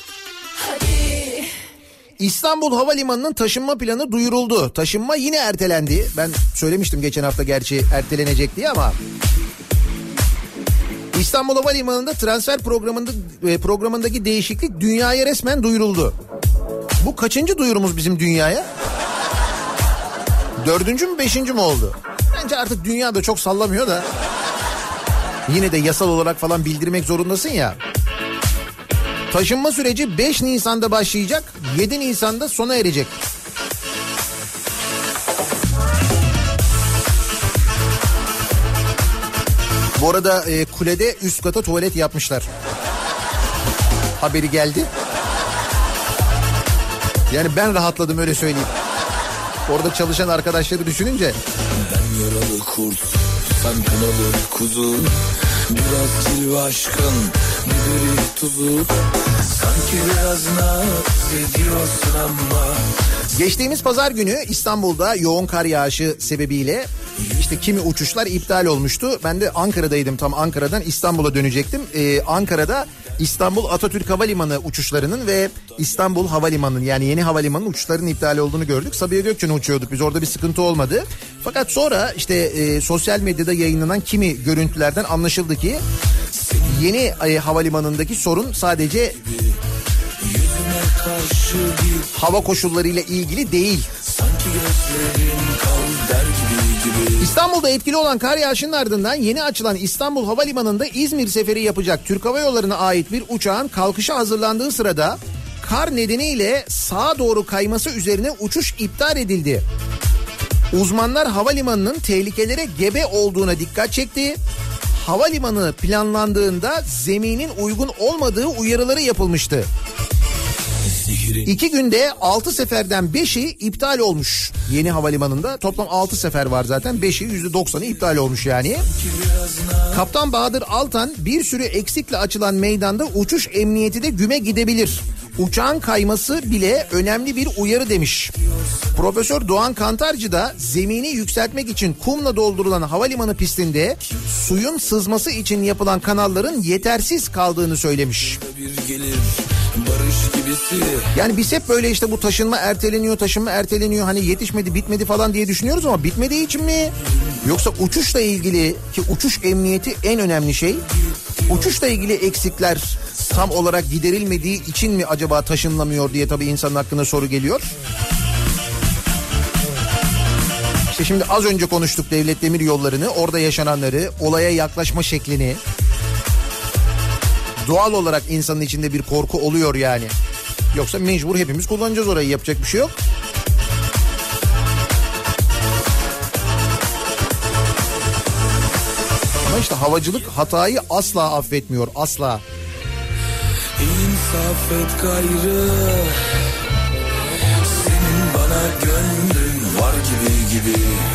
İstanbul Havalimanı'nın taşınma planı duyuruldu. Taşınma yine ertelendi. Ben söylemiştim geçen hafta gerçi ertelenecek diye ama... İstanbul Havalimanı'nda transfer programındaki değişiklik dünyaya resmen duyuruldu. Bu kaçıncı duyurumuz bizim dünyaya? 4. mü 5. mü oldu? Bence artık dünya da çok sallamıyor da. Yine de yasal olarak falan bildirmek zorundasın ya. Taşınma süreci 5 Nisan'da başlayacak, 7 Nisan'da sona erecek. Bu arada kulede üst kata tuvalet yapmışlar. Haberi geldi. Yani ben rahatladım, öyle söyleyeyim. Orada çalışan arkadaşları düşününce. Ben yaralı kurt, sen kınalı kuzu. Biraz cilve aşkın, biberi tuzu. Sanki biraz naz ediyorsun ama. Geçtiğimiz pazar günü İstanbul'da yoğun kar yağışı sebebiyle işte kimi uçuşlar iptal olmuştu. Ben de Ankara'daydım, tam Ankara'dan İstanbul'a dönecektim. Ankara'da İstanbul Atatürk Havalimanı uçuşlarının ve İstanbul Havalimanı'nın, yani yeni havalimanının uçuşlarının iptal olduğunu gördük. Sabiha Gökçen'e uçuyorduk biz, orada bir sıkıntı olmadı. Fakat sonra işte sosyal medyada yayınlanan kimi görüntülerden anlaşıldı ki yeni havalimanındaki sorun sadece hava koşullarıyla ilgili değil. İstanbul'da etkili olan kar yağışının ardından yeni açılan İstanbul Havalimanı'nda İzmir seferi yapacak Türk Hava Yolları'na ait bir uçağın kalkışa hazırlandığı sırada kar nedeniyle sağa doğru kayması üzerine uçuş iptal edildi. Uzmanlar havalimanının tehlikelere gebe olduğuna dikkat çekti. Havalimanı planlandığında zeminin uygun olmadığı uyarıları yapılmıştı. 2 günde 6 seferden 5'i iptal olmuş yeni havalimanında. Toplam 6 sefer var zaten, 5'i %90'ı iptal olmuş yani. Kaptan Bahadır Altan, bir sürü eksikle açılan meydanda uçuş emniyeti de güme gidebilir. Uçağın kayması bile önemli bir uyarı demiş. Profesör Doğan Kantarcı da zemini yükseltmek için kumla doldurulan havalimanı pistinde suyun sızması için yapılan kanalların yetersiz kaldığını söylemiş. Yani biz hep böyle işte bu taşınma erteleniyor hani yetişmedi bitmedi falan diye düşünüyoruz ama bitmediği için mi? Yoksa uçuşla ilgili, ki uçuş emniyeti en önemli şey, uçuşla ilgili eksikler tam olarak giderilmediği için mi acaba taşınılamıyor diye tabii insanın aklına soru geliyor. İşte şimdi az önce konuştuk Devlet Demiryolları'nı, orada yaşananları, olaya yaklaşma şeklini. Doğal olarak insanın içinde bir korku oluyor yani. Yoksa mecbur hepimiz kullanacağız orayı, yapacak bir şey yok. Ama işte havacılık hatayı asla affetmiyor, asla. İnsaf et gayrı, senin bana gönlün var gibi.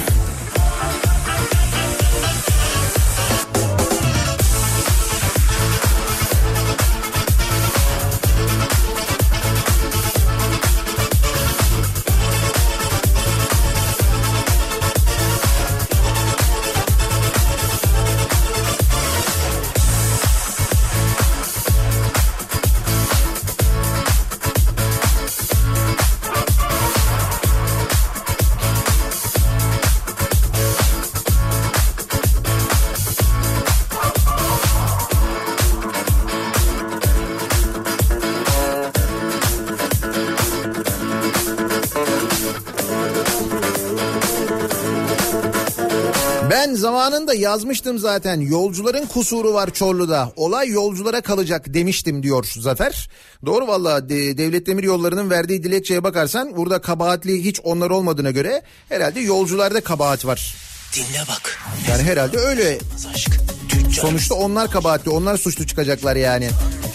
Zamanında yazmıştım zaten, yolcuların kusuru var Çorlu'da, olay yolculara kalacak demiştim diyor Zafer. Doğru valla, Devlet Demiryolları'nın verdiği dilekçeye bakarsan burada kabahatli hiç onlar olmadığına göre herhalde yolcularda kabahat var. Dinle bak. Yani herhalde öyle. Sonuçta onlar kabahatli, onlar suçlu çıkacaklar yani.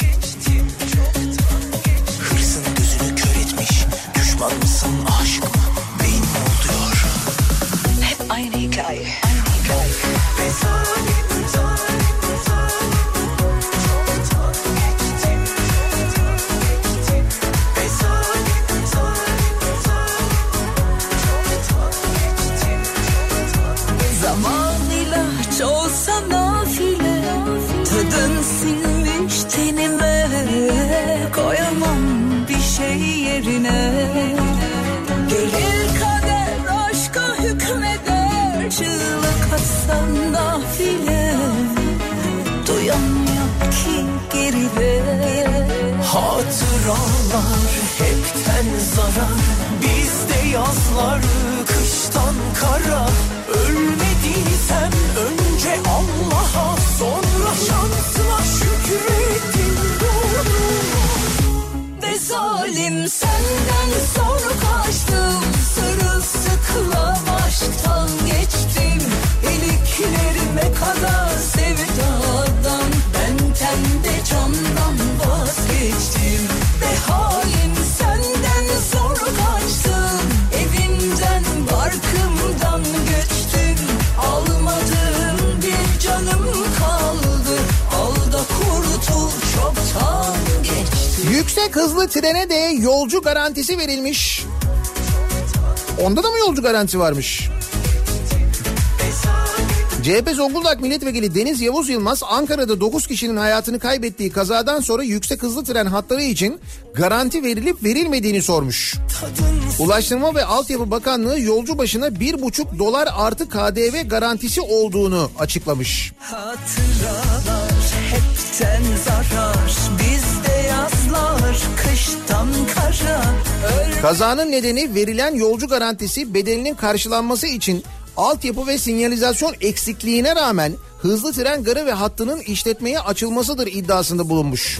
Hırsın gözünü kör etmiş, düşman mısın aşık mı, beyin mi oluyor? Hep aynı hikaye. Zamanıyla olsa nafile, tadın sinmiş tenime, koyamam bir şey yerine. Gelir kader aşka hükmeder, çığlık atsan nafile, duyan yok ki geride. Hatıralar hepten zarar, bizde yazlar kıştan kara. Ölmediysem önce Allah'a, sonra şansına şükredin doğru. Ve zalim senden zor kaçtım, sırılsıklam aşktan geçtim. İliklerime kadar sevdadan, ben tende candan vazgeçtim. Ve halim senden zor kaçtım, evimden barkımdan göçtüm. Almadığım bir canım kaldı, al da kurtul çoktan geçti. Yüksek hızlı trene de yolcu garantisi verilmiş. Onda da mı yolcu garanti varmış? CHP Zonguldak Milletvekili Deniz Yavuz Yılmaz, Ankara'da 9 kişinin hayatını kaybettiği kazadan sonra yüksek hızlı tren hatları için garanti verilip verilmediğini sormuş. Ulaştırma ve Altyapı Bakanlığı yolcu başına $1,5 artı KDV garantisi olduğunu açıklamış. Hatıralar hepten zarar, bizde yazlar kıştan kara. Kazanın nedeni verilen yolcu garantisi bedelinin karşılanması için altyapı ve sinyalizasyon eksikliğine rağmen hızlı tren garı ve hattının işletmeye açılmasıdır iddiasında bulunmuş.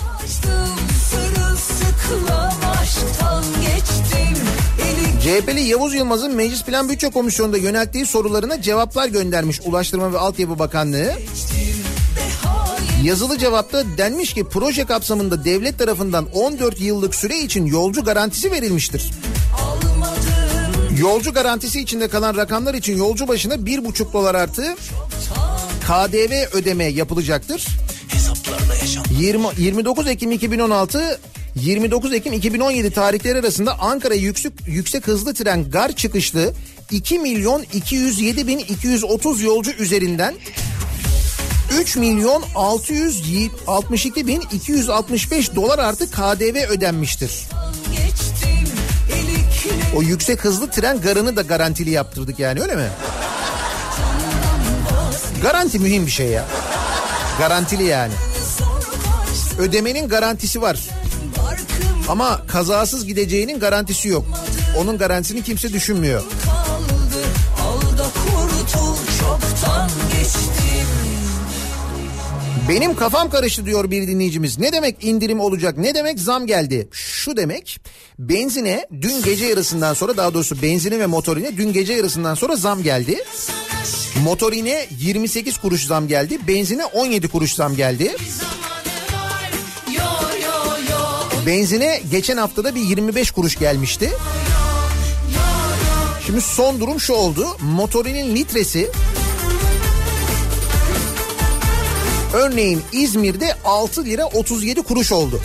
CHP'li Yavuz Yılmaz'ın Meclis Plan Bütçe Komisyonu'nda yönelttiği sorularına cevaplar göndermiş Ulaştırma ve Altyapı Bakanlığı. Yazılı cevapta denmiş ki proje kapsamında devlet tarafından 14 yıllık süre için yolcu garantisi verilmiştir. Yolcu garantisi içinde kalan rakamlar için yolcu başına 1,5 dolar artı KDV ödeme yapılacaktır. 29 Ekim 2016 29 Ekim 2017 tarihleri arasında Ankara yüksek hızlı tren gar çıkışlı 2.207.230 yolcu üzerinden 3.662.265 dolar artı KDV ödenmiştir. O yüksek hızlı tren garını da garantili yaptırdık yani, öyle mi? Garanti mühim bir şey ya. Garantili yani. Ödemenin garantisi var. Ama kazasız gideceğinin garantisi yok. Onun garantisini kimse düşünmüyor. Benim kafam karıştı diyor bir dinleyicimiz. Ne demek indirim olacak? Ne demek zam geldi? Şu demek, benzine dün gece yarısından sonra, daha doğrusu benzine ve motorine dün gece yarısından sonra zam geldi. Motorine 28 kuruş zam geldi. Benzine 17 kuruş zam geldi. Benzine geçen haftada bir 25 kuruş gelmişti. Şimdi son durum şu oldu. Motorinin litresi örneğin İzmir'de 6 lira 37 kuruş oldu.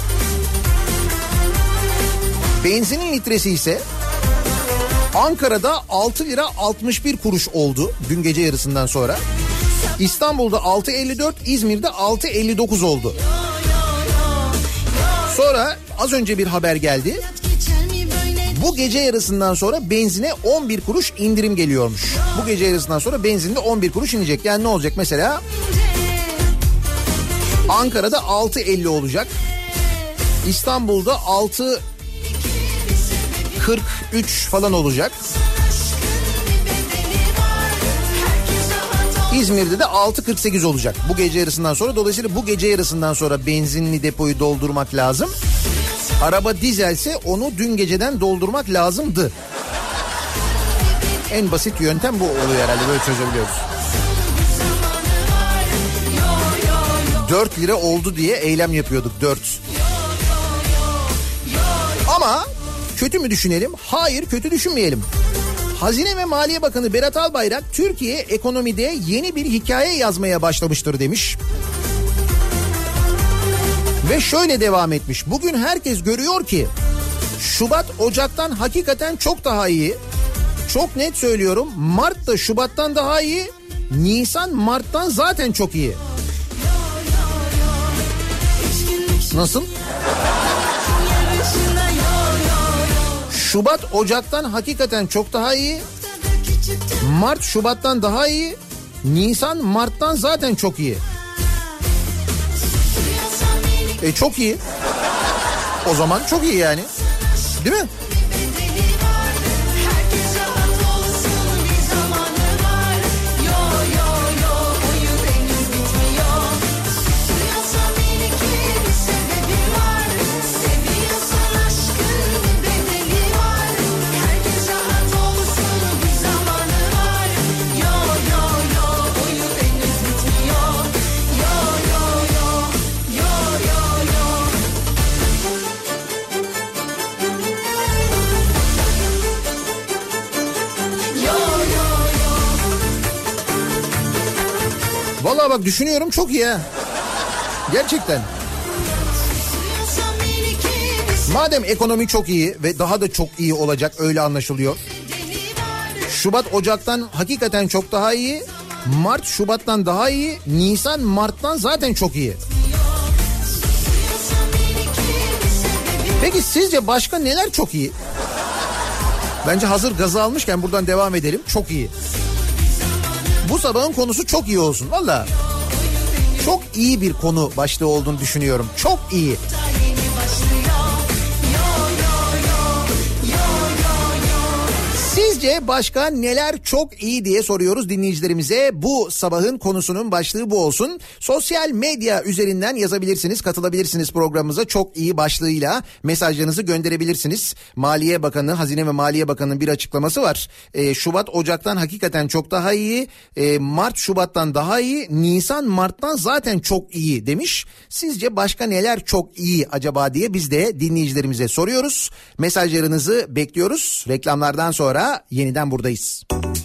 Benzinin litresi ise Ankara'da 6 lira 61 kuruş oldu dün gece yarısından sonra. İstanbul'da 6.54, İzmir'de 6.59 oldu. Sonra az önce bir haber geldi. Bu gece yarısından sonra benzine 11 kuruş indirim geliyormuş. Bu gece yarısından sonra benzinde 11 kuruş inecek. Yani ne olacak mesela? Ankara'da 6.50 olacak. İstanbul'da 6.43 falan olacak. İzmir'de de 6.48 olacak bu gece yarısından sonra. Dolayısıyla bu gece yarısından sonra benzinli depoyu doldurmak lazım. Araba dizelse onu dün geceden doldurmak lazımdı. En basit yöntem bu oluyor herhalde, böyle çözebiliyoruz. 4 lira oldu diye eylem yapıyorduk, 4. Ama kötü mü düşünelim? Hayır, kötü düşünmeyelim. Hazine ve Maliye Bakanı Berat Albayrak Türkiye ekonomide yeni bir hikaye yazmaya başlamıştır demiş. Ve şöyle devam etmiş. Bugün herkes görüyor ki Şubat Ocak'tan hakikaten çok daha iyi. Çok net söylüyorum, Mart da Şubat'tan daha iyi. Nisan Mart'tan zaten çok iyi. Nasıl? Şubat Ocak'tan hakikaten çok daha iyi. Mart Şubat'tan daha iyi. Nisan Mart'tan zaten çok iyi. Çok iyi. O zaman çok iyi yani. Değil mi? Vallahi bak düşünüyorum, çok iyi ha. Gerçekten. Madem ekonomi çok iyi ve daha da çok iyi olacak, öyle anlaşılıyor. Şubat Ocak'tan hakikaten çok daha iyi. Mart Şubat'tan daha iyi. Nisan Mart'tan zaten çok iyi. Peki sizce başka neler çok iyi? Bence hazır gazı almışken buradan devam edelim. Çok iyi. Bu sabahın konusu çok iyi olsun. Valla çok iyi bir konu başlığı olduğunu düşünüyorum. Çok iyi. Sizce Sizce başka neler çok iyi diye soruyoruz dinleyicilerimize. Bu sabahın konusunun başlığı bu olsun. Sosyal medya üzerinden yazabilirsiniz, katılabilirsiniz programımıza. Çok iyi başlığıyla mesajlarınızı gönderebilirsiniz. Maliye Bakanı, Hazine ve Maliye Bakanı'nın bir açıklaması var. Şubat Ocak'tan hakikaten çok daha iyi. Mart Şubat'tan daha iyi. Nisan Mart'tan zaten çok iyi demiş. Sizce başka neler çok iyi acaba diye biz de dinleyicilerimize soruyoruz. Mesajlarınızı bekliyoruz. Reklamlardan sonra yeniden buradayız.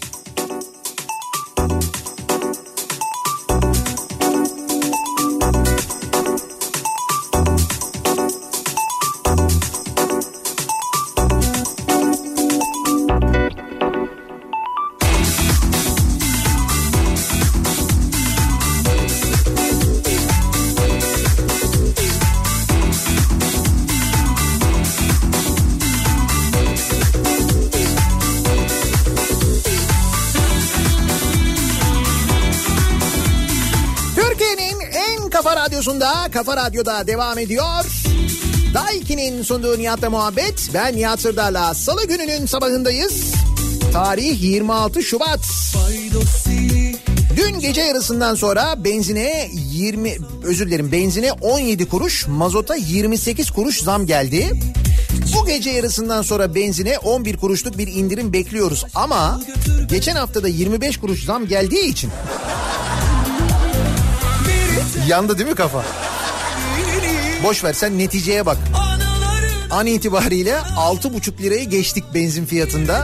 Kafa Radyo'da devam ediyor. Daiki'nin sunduğu Nihat'la muhabbet. Ben Nihat Sırdar'la Salı gününün sabahındayız. Tarih 26 Şubat. Dün gece yarısından sonra benzine 17 kuruş, mazota 28 kuruş zam geldi. Bu gece yarısından sonra benzine 11 kuruşluk bir indirim bekliyoruz. Ama geçen haftada 25 kuruş zam geldiği için... Yandı değil mi kafa? Boş ver, sen neticeye bak. An itibariyle 6,5 lirayı geçtik benzin fiyatında.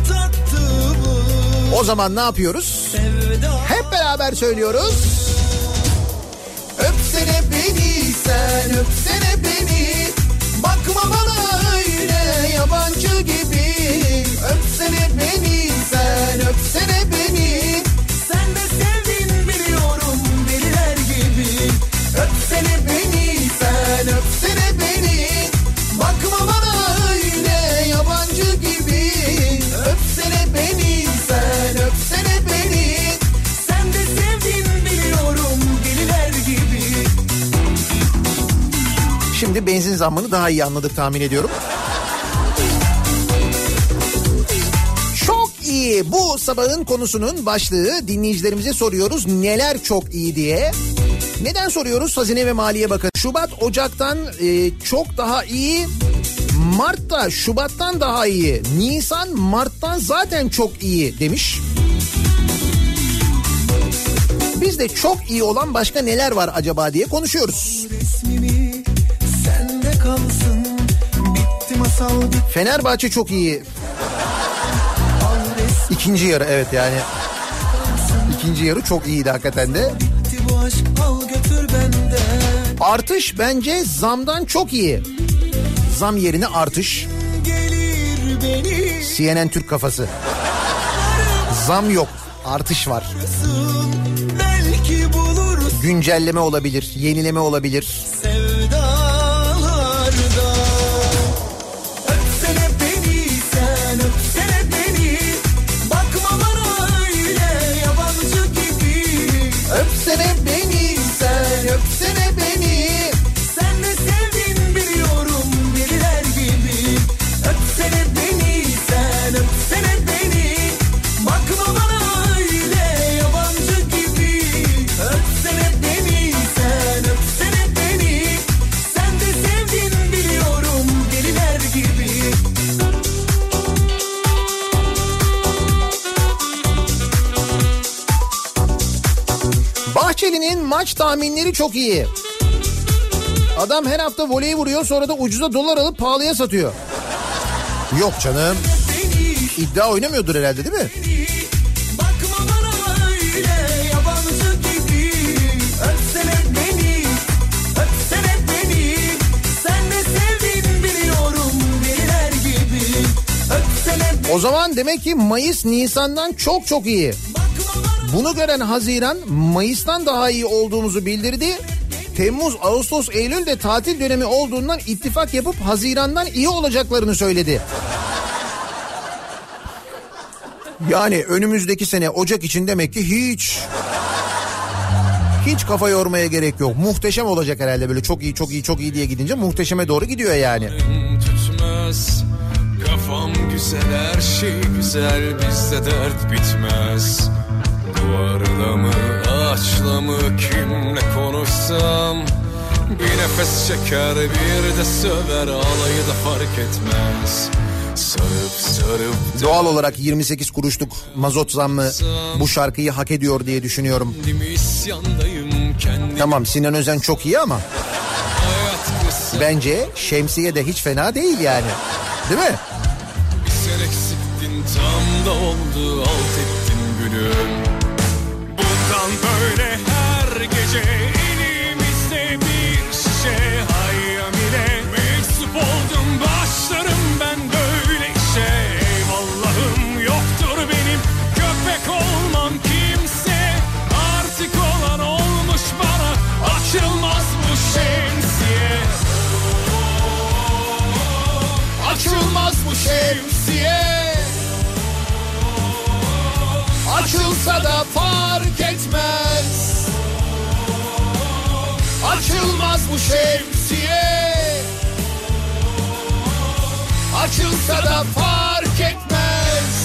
O zaman ne yapıyoruz? Hep beraber söylüyoruz. Öpsene beni, sen öpsene beni. Bakma bana öyle yabancı gibi. Öpsene beni, sen öpsene beni. Sen de sevdin biliyorum deliler gibi. Öpsene beni, sen öpsene beni. Bakma bana öyle yabancı gibi. Öpsene beni, sen öpsene beni. Sen de sevdin biliyorum deliler gibi. Şimdi benzin zammını daha iyi anladık tahmin ediyorum. Çok iyi, bu sabahın konusunun başlığı. Dinleyicilerimize soruyoruz neler çok iyi diye. Neden soruyoruz? Hazine ve Maliye Bakanı Şubat Ocak'tan çok daha iyi, Mart'ta Şubat'tan daha iyi, Nisan Mart'tan zaten çok iyi demiş. Biz de çok iyi olan başka neler var acaba diye konuşuyoruz. Fenerbahçe çok iyi. İkinci yarı, evet yani. İkinci yarı çok iyiydi hakikaten de. Artış bence zamdan çok iyi. Zam yerine artış. CNN Türk kafası. Zam yok, artış var. Güncelleme olabilir, yenileme olabilir. Öpsene beni, sen öpsene beni. Sen de sevdin biliyorum deliler gibi. Öpsene beni, sen öpsene beni. Bakma bana öyle yabancı gibi. Öpsene beni, sen öpsene beni. Sen de sevdin biliyorum deliler gibi. Bahçeli'nin maç tahminleri çok iyi. Adam her hafta voleyi vuruyor, sonra da ucuza dolar alıp pahalıya satıyor. Yok canım. İddia oynamıyordur herhalde, değil mi? O zaman demek ki Mayıs Nisan'dan çok çok iyi. Bunu gören Haziran Mayıs'tan daha iyi olduğumuzu bildirdi. Temmuz, Ağustos, Eylül de tatil dönemi olduğundan ittifak yapıp Haziran'dan iyi olacaklarını söyledi. Yani önümüzdeki sene Ocak için demek ki hiç kafa yormaya gerek yok. Muhteşem olacak herhalde, böyle çok iyi çok iyi çok iyi diye gidince muhteşeme doğru gidiyor yani. Tutmaz, kafa Kafam güzel, her şey güzel, bizde dert bitmez. Duvarla mı, ağaçla mı, kimle konuşsam bir nefes çeker, bir de söver, alayı da fark etmez. Sarıp Doğal olarak 28 kuruşluk mazot zammı bu şarkıyı hak ediyor diye düşünüyorum. Tamam, Sinan Özen çok iyi ama bence Şemsiye de hiç fena değil yani. Değil mi? Bir sen eksiktin, tam da oldu, alt ettin gülüm. Bundan böyle her gece elimizde bir şişe hayyamile meczup oldum, başlarım ben böyle işe. Eyvallahım yoktur benim, köpek olmam kimse, artık olan olmuş bana, açılmaz bu şemsiye. Açılmaz bu şemsiye. Açılsa da fark etmez. Açılmaz bu şemsiye. Açılsa da fark etmez.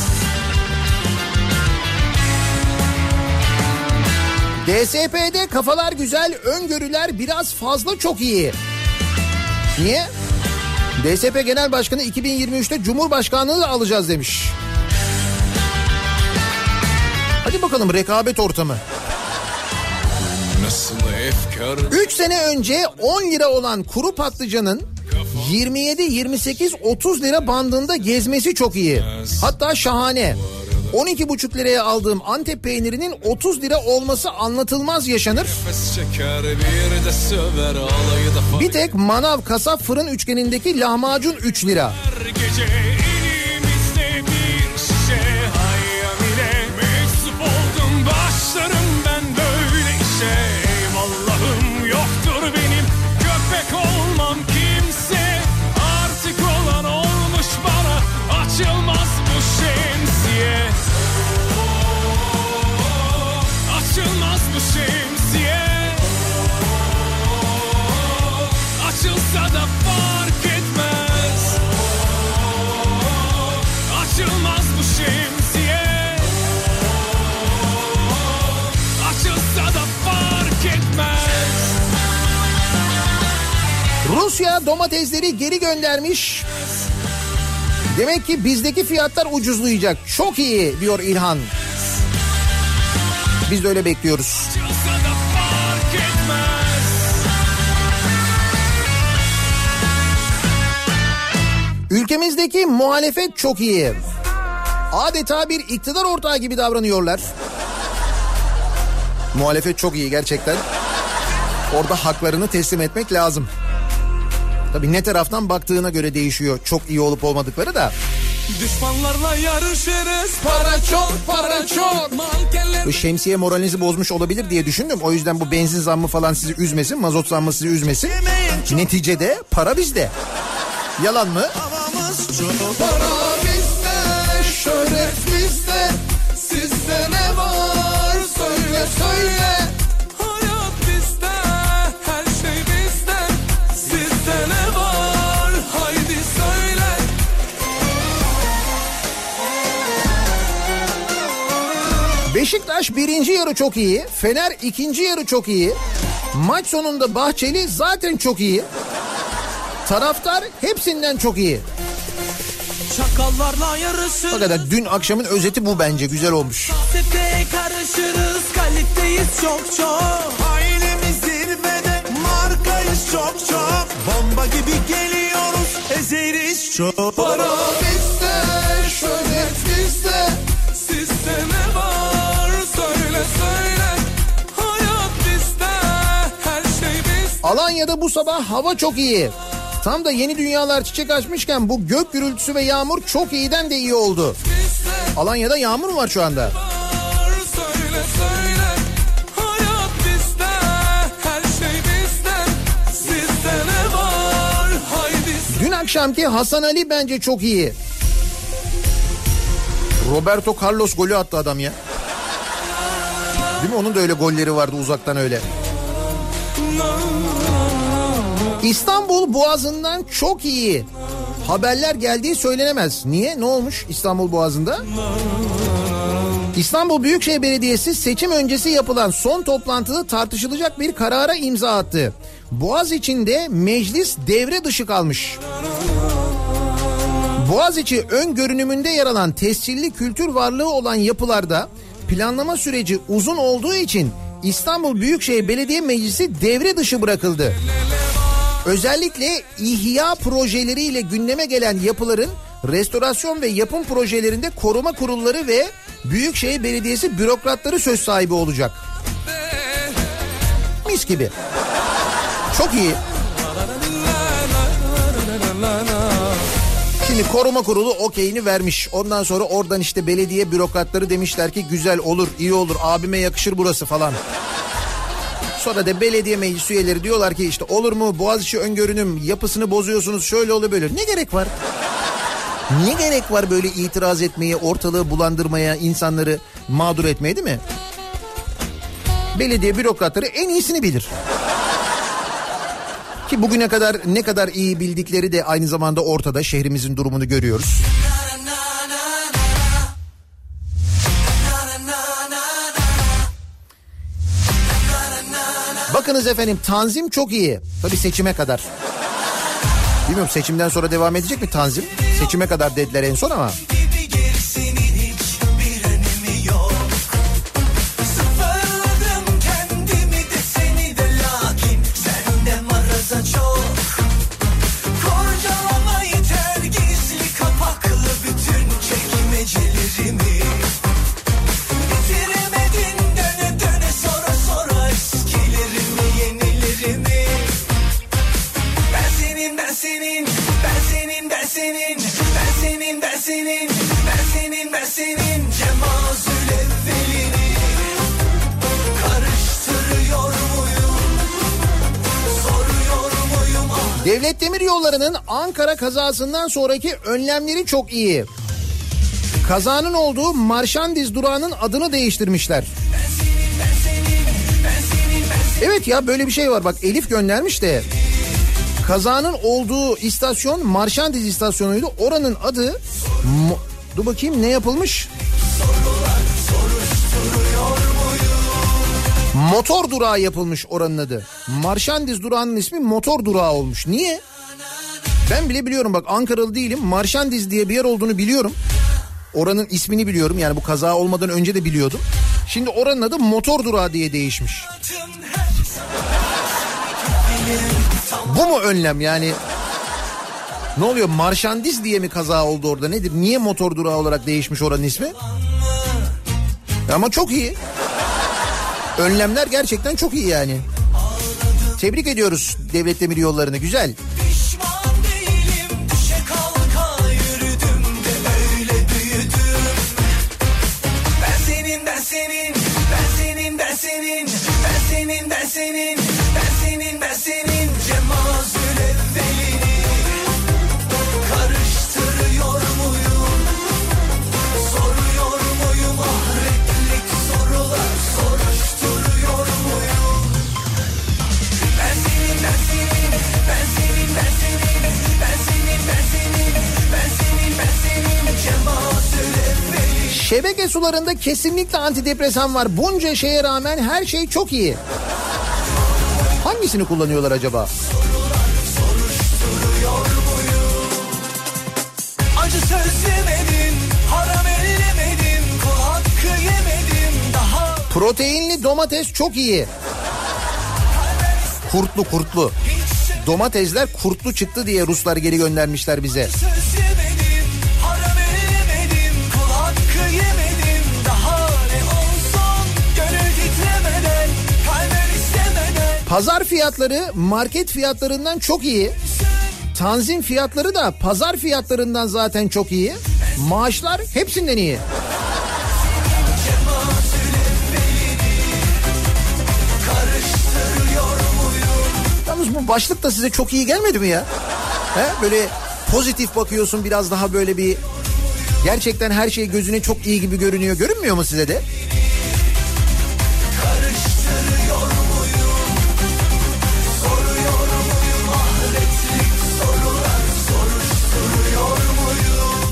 DSP'de kafalar güzel, öngörüler biraz fazla çok iyi. Niye? DSP Genel Başkanı 2023'te Cumhurbaşkanlığı da alacağız demiş. Hadi bakalım, rekabet ortamı. 3 sene önce 10 lira olan kuru patlıcanın 27, 28, 30 lira bandında gezmesi çok iyi. Hatta şahane. 12,5 liraya aldığım Antep peynirinin 30 lira olması anlatılmaz yaşanır. Bir tek manav, kasap, fırın üçgenindeki lahmacun 3 lira. Başlarım ben böyle işe. Eyvallahım yoktur benim, köpek olmam kimse, artık olan olmuş bana, açılmaz bu şemsiye. Açılmaz bu şemsiye. Açılsa da fark etmez. Açılmaz bu şemsiye. Açılsa da fark etmez. Rusya domatesleri geri göndermiş. Demek ki bizdeki fiyatlar ucuzlayacak. Çok iyi diyor İlhan. Biz de öyle bekliyoruz. Ülkemizdeki muhalefet çok iyi. Adeta bir iktidar ortağı gibi davranıyorlar. Muhalefet çok iyi gerçekten. Orada haklarını teslim etmek lazım. Tabii ne taraftan baktığına göre değişiyor. Çok iyi olup olmadıkları da. Düşmanlarla yarışırız. Para çok, para çok. Bu şemsiye moralinizi bozmuş olabilir diye düşündüm. O yüzden bu benzin zammı falan sizi üzmesin. Mazot zammı sizi üzmesin. Neticede para bizde. Yalan mı? Para bizde, şöhret bizde. Sizde ne var? Söyle söyle. Hayat bizde, her şey bizde. Sizde ne var? Haydi söyle. Beşiktaş birinci yarı çok iyi. Fener ikinci yarı çok iyi. Maç sonunda Bahçeli zaten çok iyi. Taraftar hepsinden çok iyi. Çakallarla yarışırız. Fakat dün akşamın özeti bu bence. Güzel olmuş. Sahte karışırız. Kaliteyiz çok çok. Ailemiz zirvede. Markayız çok çok. Bomba gibi geliyoruz. Ezeriz çok. Para bizde. Şöhret bizde. Sizde ne var? Söyle söyle. Hayat bizde. Her şey bizde. Alanya'da bu sabah hava çok iyi. Tam da yeni dünyalar çiçek açmışken bu gök gürültüsü ve yağmur çok iyiden de iyi oldu. Alanya'da yağmur var şu anda. Söyle söyle. Hayat bizde. Her şey bizde. Sizde ne var? Haydi. Dün akşamki Hasan Ali bence çok iyi. Roberto Carlos golü attı adam ya. Değil mi? Onun da öyle golleri vardı uzaktan öyle. İstanbul Boğazı'ndan çok iyi haberler geldiği söylenemez. Niye? Ne olmuş İstanbul Boğazı'nda? İstanbul Büyükşehir Belediyesi seçim öncesi yapılan son toplantıda tartışılacak bir karara imza attı. Boğaziçi'nde meclis devre dışı kalmış. Boğaziçi ön görünümünde yer alan tescilli kültür varlığı olan yapılarda planlama süreci uzun olduğu için İstanbul Büyükşehir Belediye Meclisi devre dışı bırakıldı. Özellikle ihya projeleriyle gündeme gelen yapıların restorasyon ve yapım projelerinde koruma kurulları ve Büyükşehir Belediyesi bürokratları söz sahibi olacak. Mis gibi. Çok iyi. Şimdi koruma kurulu okeyini vermiş. Ondan sonra oradan işte belediye bürokratları demişler ki güzel olur, iyi olur, abime yakışır burası falan. Sonra da belediye meclis üyeleri diyorlar ki işte olur mu Boğaziçi öngörünüm yapısını bozuyorsunuz şöyle oluyor böyle. Ne gerek var? Ne gerek var böyle itiraz etmeye, ortalığı bulandırmaya, insanları mağdur etmeye değil mi? Belediye bürokratları en iyisini bilir. Ki bugüne kadar ne kadar iyi bildikleri de aynı zamanda ortada, şehrimizin durumunu görüyoruz. Bakınız efendim Tanzim çok iyi. Tabii seçime kadar. Bilmiyorum seçimden sonra devam edecek mi Tanzim? Seçime kadar dediler en son ama. Devlet Demiryolları'nın Ankara kazasından sonraki önlemleri çok iyi. Kazanın olduğu Marşandiz durağının adını değiştirmişler. Evet ya böyle bir şey var bak Elif göndermiş de. Kazanın olduğu istasyon Marşandiz istasyonuydu. Oranın adı dur bakayım ne yapılmış? Motor durağı yapılmış oranın adı. Marşandiz durağının ismi motor durağı olmuş. Niye? Ben bile biliyorum bak Ankaralı değilim. Marşandiz diye bir yer olduğunu biliyorum. Oranın ismini biliyorum yani bu kaza olmadan önce de biliyordum. Şimdi oranın adı motor durağı diye değişmiş. Bu mu önlem yani? Ne oluyor Marşandiz diye mi kaza oldu orada nedir? Niye motor durağı olarak değişmiş oranın ismi? Ama çok iyi. Önlemler gerçekten çok iyi yani. Tebrik ediyoruz Devlet Demiryolları'nı güzel. Şebeke sularında kesinlikle antidepresan var. Bunca şeye rağmen her şey çok iyi. Hangisini kullanıyorlar acaba? Acı söz yemedim, haram ellemedim, kul hakkı yemedim daha. Proteinli domates çok iyi. Kurtlu. Domatesler kurtlu çıktı diye Ruslar geri göndermişler bize. Pazar fiyatları market fiyatlarından çok iyi. Tanzim fiyatları da pazar fiyatlarından zaten çok iyi. Maaşlar hepsinden iyi. Yalnız bu başlık da size çok iyi gelmedi mi ya? He? Böyle pozitif bakıyorsun biraz daha böyle bir... Gerçekten her şey gözüne çok iyi gibi görünüyor. Görünmüyor mu size de?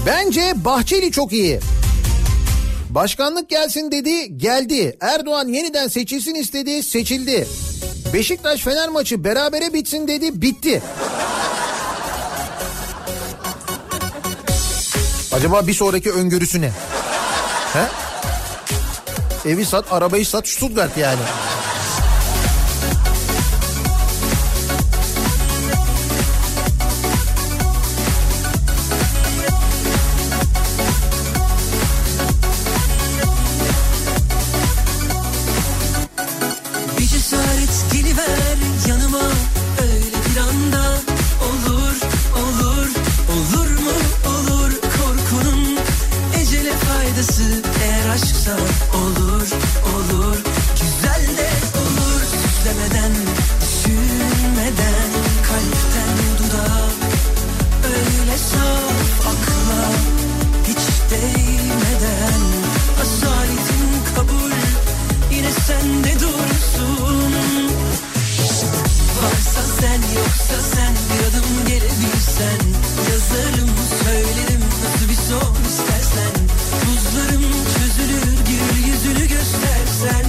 Bence Bahçeli çok iyi. Başkanlık gelsin dedi, geldi. Erdoğan yeniden seçilsin istedi, seçildi. Beşiktaş-Fener maçı berabere bitsin dedi, bitti. Acaba bir sonraki öngörüsü ne? He? Evi sat, arabayı sat, Stuttgart yani. Bir cesaret geliver yanıma öyle bir anda. Olur, olur, olur mu? Olur, korkunun ecele faydası eğer aşksa olur, olur, güzel de olur. Süslemeden, düşünmeden, kalpten dudağa, öyle saf akla, hiç değmeden, asaletin kabul yine sende dursun. Varsa sen yoksa sen bir adım gelebilsen, yazarım söylerim nasıl bir son istersen. Buzlarım çözülür gül yüzünü göstersen,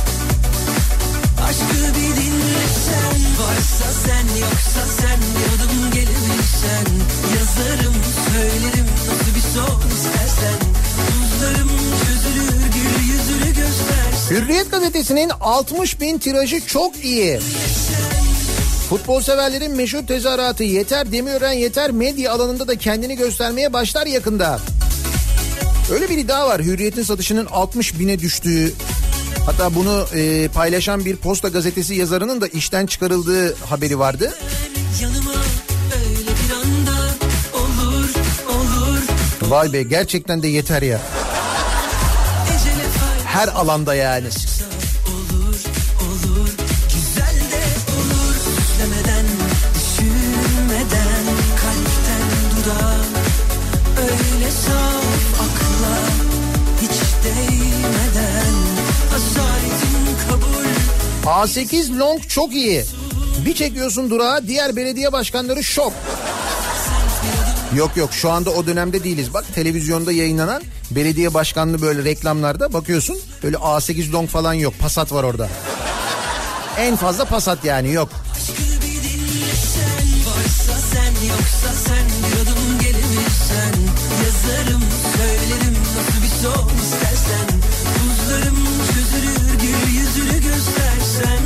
aşkı bir dinlesen. Varsa sen yoksa sen bir adım gelebilsen, yazarım söylerim nasıl bir son istersen. Buzlarım çözülür gül yüzünü göstersen. Hürriyet gazetesinin 60.000 tirajı çok iyi. Futbol severlerin meşhur tezahüratı Yeter Demirören Yeter medya alanında da kendini göstermeye başlar yakında. Öyle bir iddia var, Hürriyet'in satışının 60.000'e düştüğü. Hatta bunu paylaşan bir Posta Gazetesi yazarının da işten çıkarıldığı haberi vardı. Yanıma öyle bir anda olur, olur. Vay be, gerçekten de yeter ya. Ecele faydası Her alanda yani. olur, olur, güzel de olur. Süslemeden, düşünmeden, kalpten dudağa, öyle saf akla, hiç değmeden, asaletin kabul. A8 Long çok iyi. Bir çekiyorsun durağa, diğer belediye başkanları şok. Yok yok, şu anda o dönemde değiliz. Bak, televizyonda yayınlanan belediye başkanlığı böyle reklamlarda bakıyorsun. Böyle A8 Long falan yok. Passat var orada. En fazla Passat yani, yok. Aşkı bir dinlesen, varsa sen yoksa sen bir adım gelebilsen, yazarım söylerim nasıl bir son istersen. Buzlarım çözülür gül yüzünü göstersen,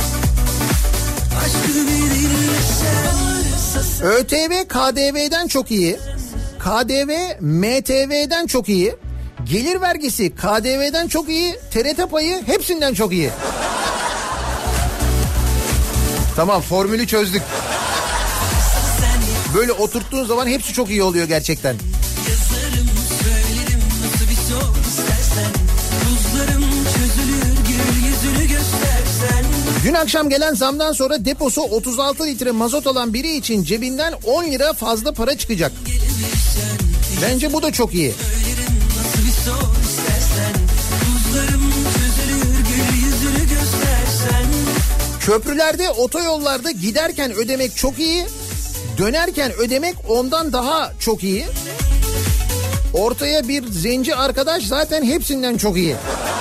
aşkı bir dinlesen. ÖTV KDV'den çok iyi. KDV MTV'den çok iyi. Gelir vergisi KDV'den çok iyi. TRT payı hepsinden çok iyi. Tamam, formülü çözdük. Böyle oturttuğun zaman hepsi çok iyi oluyor gerçekten. Yazarım söylerim nasıl bir son istersen, buzlarım çözülür gül yüzünü göstersen. Dün akşam gelen zamdan sonra deposu 36 litre mazot olan biri için cebinden 10 lira fazla para çıkacak. Bence bu da çok iyi. Nasıl bir son istersen, buzlarım çözülür gül yüzünü göstersen. Köprülerde, otoyollarda giderken ödemek çok iyi. Dönerken ödemek ondan daha çok iyi. Ortaya bir zenci arkadaş zaten hepsinden çok iyi.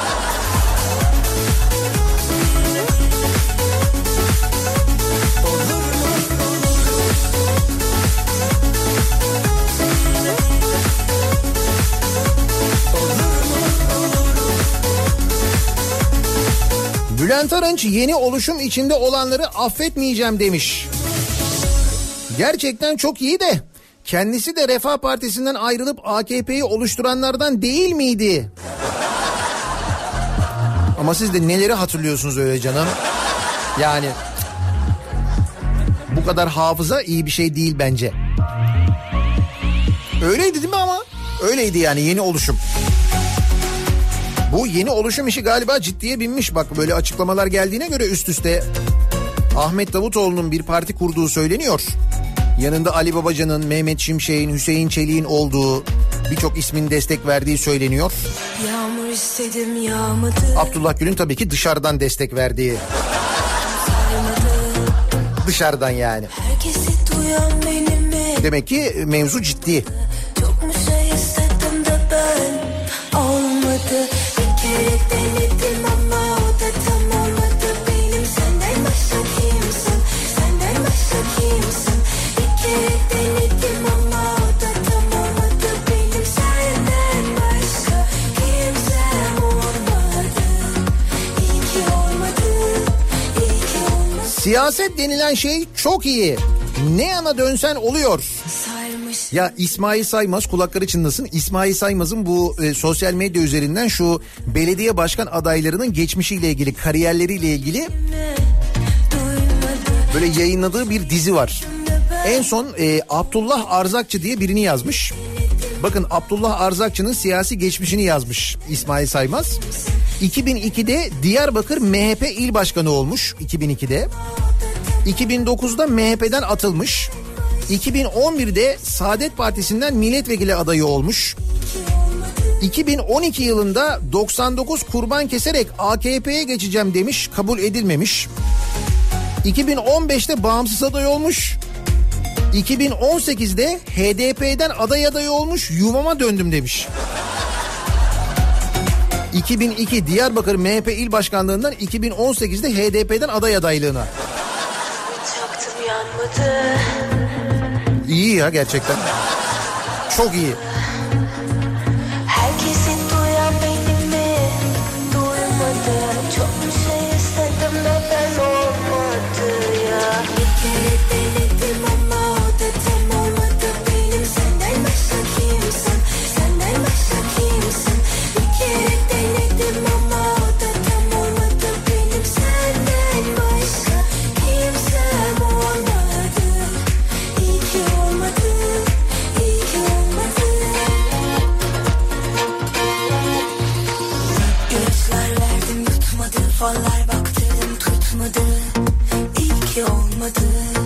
Bülent Arınç yeni oluşum içinde olanları affetmeyeceğim demiş. Gerçekten çok iyi de kendisi de Refah Partisi'nden ayrılıp AKP'yi oluşturanlardan değil miydi? Ama siz de neleri hatırlıyorsunuz öyle canım? Yani bu kadar hafıza iyi bir şey değil bence. Öyleydi değil mi ama? Öyleydi yani, yeni oluşum. Bu yeni oluşum işi galiba ciddiye binmiş. Bak, böyle açıklamalar geldiğine göre üst üste Ahmet Davutoğlu'nun bir parti kurduğu söyleniyor. Yanında Ali Babacan'ın, Mehmet Şimşek'in, Hüseyin Çelik'in olduğu, birçok ismin destek verdiği söyleniyor. Yağmur istedim yağmadı. Abdullah Gül'ün tabii ki dışarıdan destek verdiği. Dışarıdan yani. Herkesi duyan benim mi? Demek ki mevzu ciddi. Çok mu olmadı. Bir kere denedim ama o da tam olmadı. Benim senden başka kimsin? Senden başka kimsin? Bir kere denedim ama o da tam olmadı. Benim senden başka kimsem olmadı. İyi ki olmadı. İyi ki olmadı. Siyaset denilen şey çok iyi. Ne yana dönsen oluyor. Ya İsmail Saymaz, kulakları çınlasın. İsmail Saymaz'ın bu sosyal medya üzerinden şu belediye başkan adaylarının geçmişiyle ilgili, kariyerleriyle ilgili böyle yayınladığı bir dizi var. En son Abdullah Arzakçı diye birini yazmış. Bakın, Abdullah Arzakçı'nın siyasi geçmişini yazmış İsmail Saymaz. 2002'de Diyarbakır MHP il başkanı olmuş 2002'de. 2009'da MHP'den atılmış. 2011'de Saadet Partisi'nden milletvekili adayı olmuş. 2012 yılında 99 kurban keserek AKP'ye geçeceğim demiş, kabul edilmemiş. 2015'te bağımsız aday olmuş. 2018'de HDP'den adayı olmuş, yuvama döndüm demiş. 2002 Diyarbakır MHP il başkanlığından 2018'de HDP'den aday adaylığına. Çaktım yanmadı. İyi ya, gerçekten. Çok iyi. Herkesin duyan benim mi? Duymadı. Çok bir şey istedim de ben olmadı ya. Bir kere denedim ama o da tam olmadı. Benim senden başka kimsin? Senden başka kimsin? Bir kere denedim ama o da tam olmadı. Benim senden başka kimsem olmadı. İyi ki olmadı. İyi ki olmadı. İlaçlar verdim yutmadı. Fallar baktım tutmadı. İyi ki olmadı.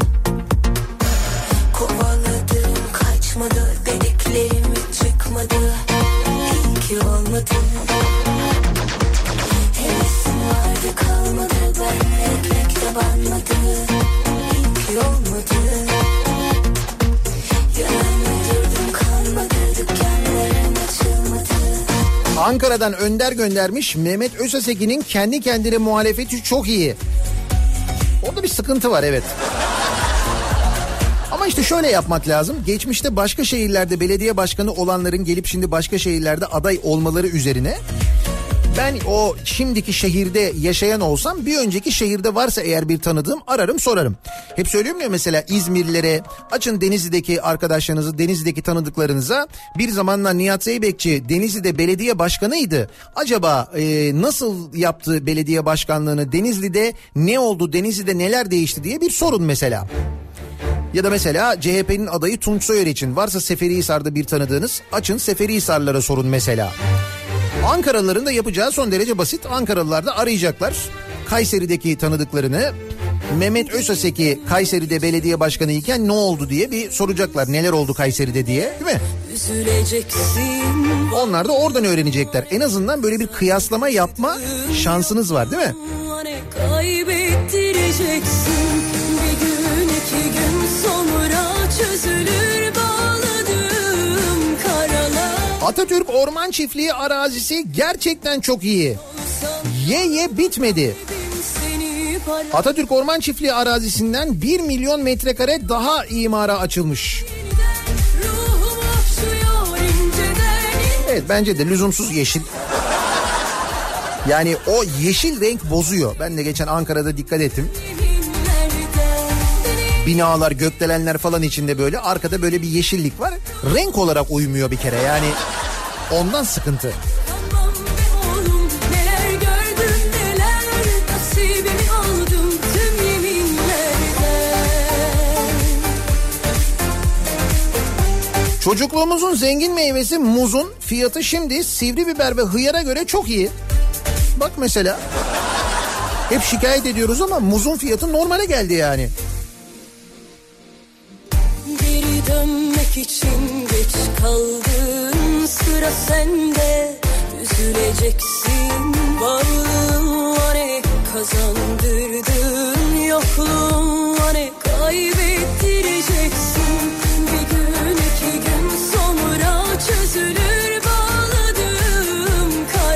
Kovaladım kaçmadı. Dediklerim çıkmadı. İyi ki olmadı. Hevesim vardı kalmadı. Ben etmekte banmadı. İyi ki olmadı. Yönlendirdim kalmadı. Dükkanlarım açılmadı. Ankara'dan Önder göndermiş. Mehmet Özasekin'in kendi kendine muhalefeti çok iyi. Orada bir sıkıntı var, evet. Ama işte şöyle yapmak lazım. Geçmişte başka şehirlerde belediye başkanı olanların gelip şimdi başka şehirlerde aday olmaları üzerine, ben o şimdiki şehirde yaşayan olsam bir önceki şehirde varsa eğer bir tanıdığım ararım sorarım. Hep söylüyorum ya, mesela İzmirlilere açın Denizli'deki arkadaşlarınızı, Denizli'deki tanıdıklarınıza, bir zamanlar Nihat Zeybekçi Denizli'de belediye başkanıydı. Acaba nasıl yaptı belediye başkanlığını, Denizli'de ne oldu, Denizli'de neler değişti diye bir sorun mesela. Ya da mesela CHP'nin adayı Tunç Soyer için varsa Seferihisar'da bir tanıdığınız, açın Seferihisarlara sorun mesela. Ankaralıların da yapacağı son derece basit. Ankaralılar da arayacaklar Kayseri'deki tanıdıklarını. Mehmet Özaseki Kayseri'de belediye başkanı iken ne oldu diye bir soracaklar. Neler oldu Kayseri'de diye, değil mi? Onlar da oradan öğrenecekler. En azından böyle bir kıyaslama yapma şansınız var, değil mi? Kaybettireceksin. Bir gün iki gün sonra çözülür bağladığım karalar. Atatürk Orman Çiftliği arazisi gerçekten çok iyi. Ye bitmedi. Atatürk Orman Çiftliği arazisinden 1 milyon metrekare daha imara açılmış. Evet, bence de lüzumsuz yeşil. Yani o yeşil renk bozuyor. Ben de geçen Ankara'da dikkat ettim. Binalar, gökdelenler falan içinde böyle arkada böyle bir yeşillik var. Renk olarak uymuyor bir kere, yani ondan sıkıntı. Çocukluğumuzun zengin meyvesi muzun fiyatı şimdi sivri biber ve hıyara göre çok iyi. Bak mesela, hep şikayet ediyoruz ama muzun fiyatı normale geldi yani. Geri dönmek için geç kaldın, sıra sende. Üzüleceksin, varlığın var ne kazandırdın, yokluğun var ne kaybettireceksin. Bir gün iki gün sonra çözülür bağladığım karalar.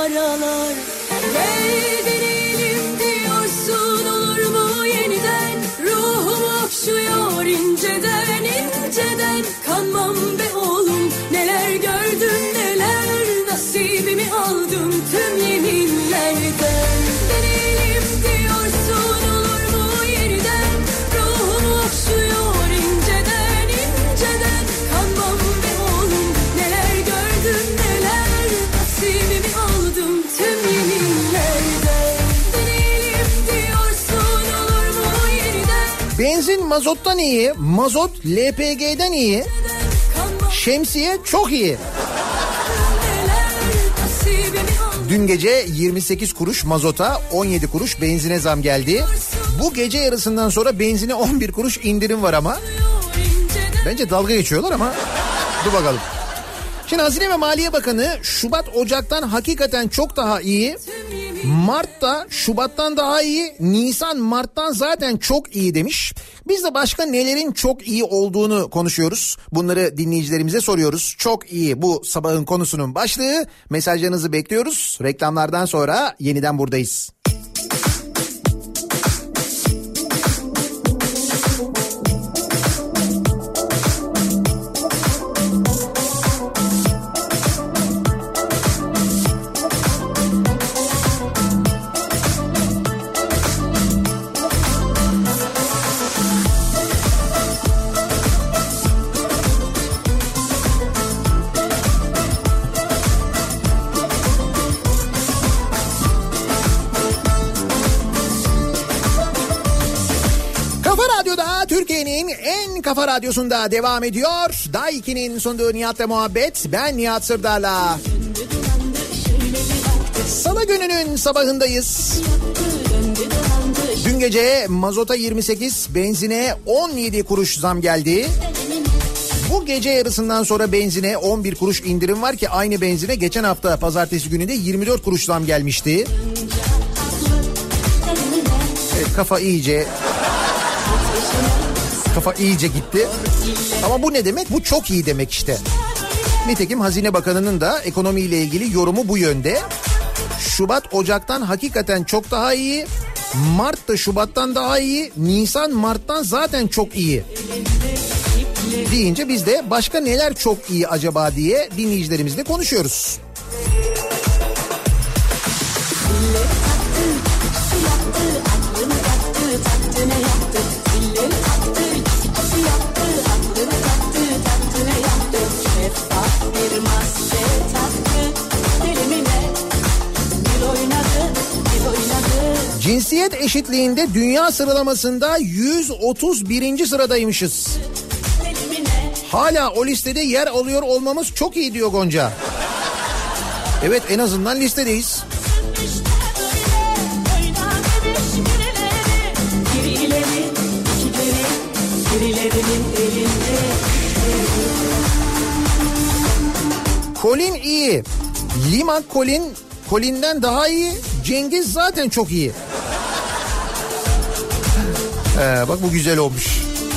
aralar. Gel deneyelim diyorsun, olur mu yeniden? Ruhum okşuyor inceden inceden. Kanmam be oğlum, neler gördüm neler, nasibimi aldım tüm yeminlerden. Deneyelim diyorsun, olur mu yeniden? Ruhum okşuyor inceden inceden. Kanmam be oğlum, neler gördüm neler, nasibimi aldım tüm yeminlerden. Deneyelim diyorsun, olur mu yeniden? Benzin mazottan iyi, mazot LPG'den iyi, şemsiye çok iyi. Dün gece 28 kuruş mazota, 17 kuruş benzine zam geldi. Bu gece yarısından sonra benzine 11 kuruş indirim var ama. Bence dalga geçiyorlar ama dur bakalım. Şimdi Hazine ve Maliye Bakanı Şubat Ocak'tan hakikaten çok daha iyi. Mart'ta Şubat'tan daha iyi, Nisan Mart'tan zaten çok iyi demiş. Biz de başka nelerin çok iyi olduğunu konuşuyoruz. Bunları dinleyicilerimize soruyoruz. Çok iyi bu sabahın konusunun başlığı. Mesajlarınızı bekliyoruz. Reklamlardan sonra yeniden buradayız. Türkiye'nin en kafa radyosunda devam ediyor. Daiki'nin sunduğu Nihat'la muhabbet. Ben Nihat Sırdar'la. Salı gününün sabahındayız. Dün gece mazota 28, benzine 17 kuruş zam geldi. Bu gece yarısından sonra benzine 11 kuruş indirim var ki aynı benzine geçen hafta pazartesi günü de 24 kuruş zam gelmişti. Evet, kafa iyice gitti. Ama bu ne demek? Bu çok iyi demek işte. Nitekim Hazine Bakanı'nın da ekonomiyle ilgili yorumu bu yönde. Şubat Ocak'tan hakikaten çok daha iyi. Mart da Şubat'tan daha iyi. Nisan Mart'tan zaten çok iyi. Deyince biz de başka neler çok iyi acaba diye dinleyicilerimizle konuşuyoruz. Cinsiyet eşitliğinde dünya sıralamasında 131. sıradaymışız. Hala o listede yer alıyor olmamız çok iyi diyor Gonca. Evet, en azından listedeyiz. Colin iyi. Lima Colin'den daha iyi. Cengiz zaten çok iyi. Bak bu güzel olmuş.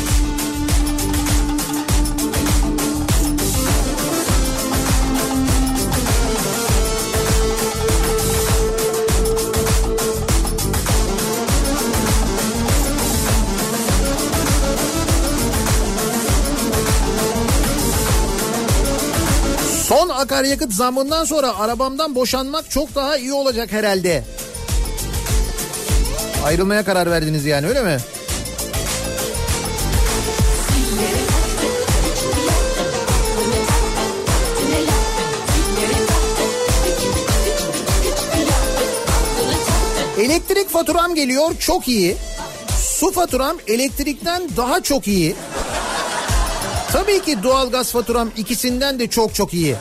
Son akaryakıt zammından sonra arabamdan boşanmak çok daha iyi olacak herhalde. Ayrılmaya karar verdiniz yani, öyle mi? Elektrik faturam geliyor, çok iyi. Su faturam elektrikten daha çok iyi. Tabii ki doğalgaz faturam ikisinden de çok çok iyi.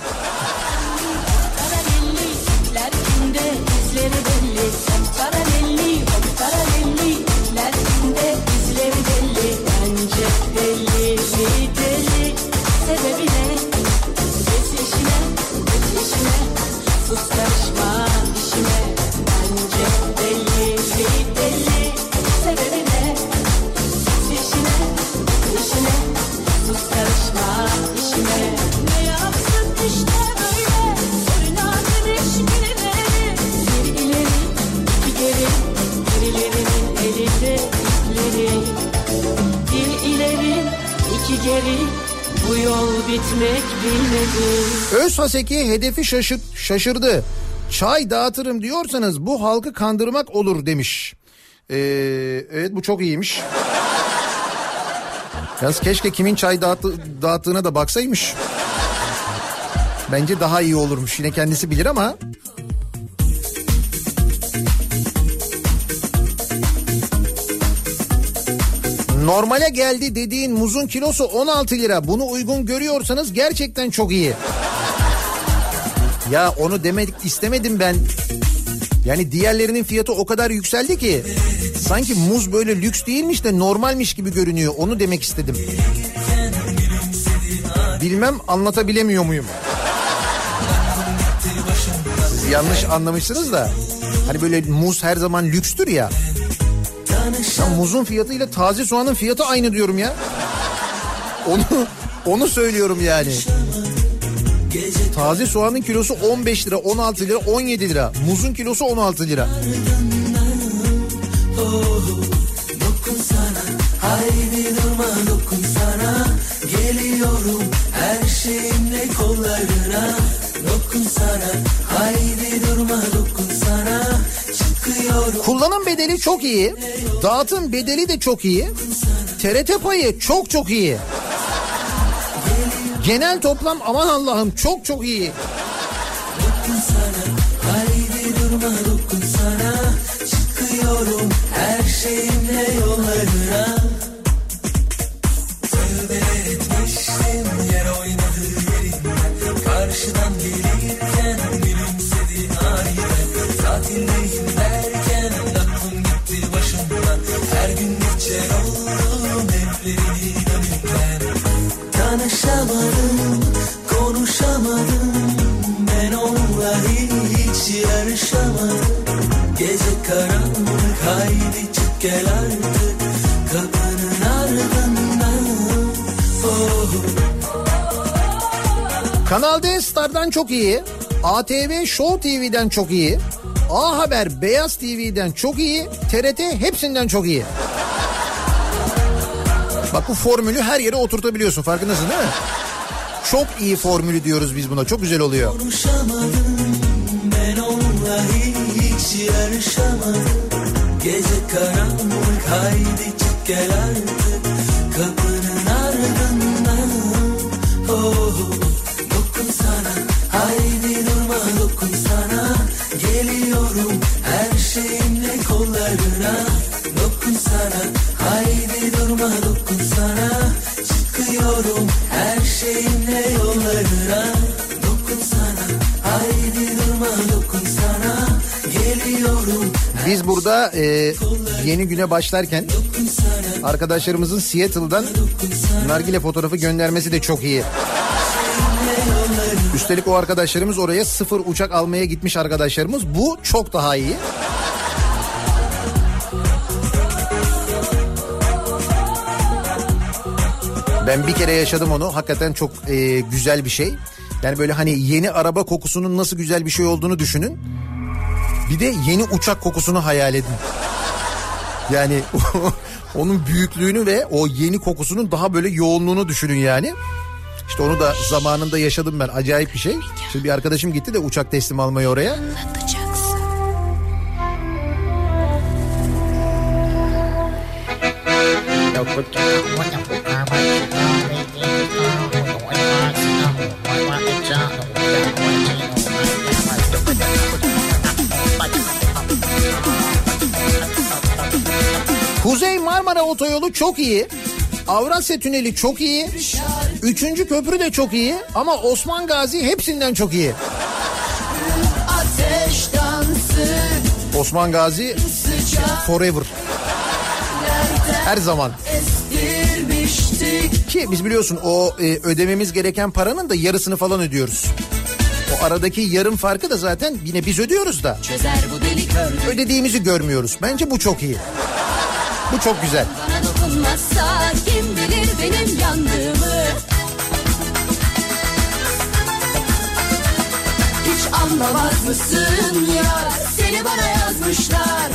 Karışma işime, ne yapsın işte. yol bitmek bilmedi. Özhaseki hedefi şaşırdı. Çay dağıtırım diyorsanız bu halkı kandırmak olur demiş. Evet, bu çok iyiymiş. Yalnız keşke kimin çay dağıttığına da baksaymış. Bence daha iyi olurmuş. Yine kendisi bilir ama. Normale geldi dediğin muzun kilosu 16 lira. Bunu uygun görüyorsanız gerçekten çok iyi. Ya onu demek istemedim ben. Yani diğerlerinin fiyatı o kadar yükseldi ki sanki muz böyle lüks değilmiş de normalmiş gibi görünüyor. Onu demek istedim. Bilmem anlatabilemiyor muyum? Siz yanlış anlamışsınız da. Hani böyle muz her zaman lükstür ya. Ya muzun fiyatıyla taze soğanın fiyatı aynı diyorum ya. Onu söylüyorum yani. Taze soğanın kilosu 15 lira, 16 lira, 17 lira. Muzun kilosu 16 lira. Dokun sana, haydi durma dokun sana. Geliyorum her şeyimle kollarına. Dokun sana, haydi durma dokun sana. Çıkıyorum. Kullanım bedeli çok iyi. Dağıtım bedeli de çok iyi. TRT payı çok iyi. Genel toplam aman Allah'ım çok iyi. Dokun sana, haydi durma dokun sana. Çıkıyorum her şeyimle yollarına. Tövbe etmiştim yer oynadı yerinden. Karşıdan gelirken gülümsedi aniden. Tatildeyim derken aklım gitti başımdan. Her gün geçer oldum evlerini önümden. Tanışamadım, konuşamadım. Ben onunla hiç yarışamadım. Gece karanlık, haydi çık gel artık. Kapının ardından. Kanal D Star'dan çok iyi. ATV Show TV'den çok iyi. A Haber Beyaz TV'den çok iyi. TRT hepsinden çok iyi. Bak bu formülü her yere oturtabiliyorsun, farkındasın değil mi? Çok iyi formülü diyoruz biz buna. Çok güzel oluyor. Konuşamadım, ben onunla hiç yarışamadım. Gece karanlık, haydi çık gel artık. Kapının ardından. Dokun sana, haydi durma dokun sana. Geliyorum her şeyimle kollarına. Dokun sana, haydi durma dokun sana. Çıkıyorum her şeyimle yollarına. Dokun sana, haydi durma dokun sana. Geliyorum. Biz burada yeni güne başlarken arkadaşlarımızın Seattle'dan nargile fotoğrafı göndermesi de çok iyi. Üstelik o arkadaşlarımız oraya 0 uçak almaya gitmiş arkadaşlarımız. Bu çok daha iyi. Ben bir kere yaşadım onu. Hakikaten çok güzel bir şey. Yani böyle hani yeni araba kokusunun nasıl güzel bir şey olduğunu düşünün. Bir de yeni uçak kokusunu hayal edin. Yani onun büyüklüğünü ve o yeni kokusunun daha böyle yoğunluğunu düşünün yani. İşte onu da zamanında yaşadım ben. Acayip bir şey. Şimdi bir arkadaşım gitti de uçak teslim almaya oraya. Kuzey Marmara Otoyolu çok iyi. Avrasya Tüneli çok iyi. 3. köprü de çok iyi. Ama Osman Gazi hepsinden çok iyi. Ateş dansı. Osman Gazi forever. Her zaman. Ki biz biliyorsun o ödememiz gereken paranın da yarısını falan ödüyoruz. O aradaki yarım farkı da zaten yine biz ödüyoruz da. Ödediğimizi görmüyoruz. Bence bu çok iyi. Bu çok güzel. Bana dokunmazsa kim bilir benim yandığımı. Hiç anlamaz mısın ya? Seni bana yazmışlar.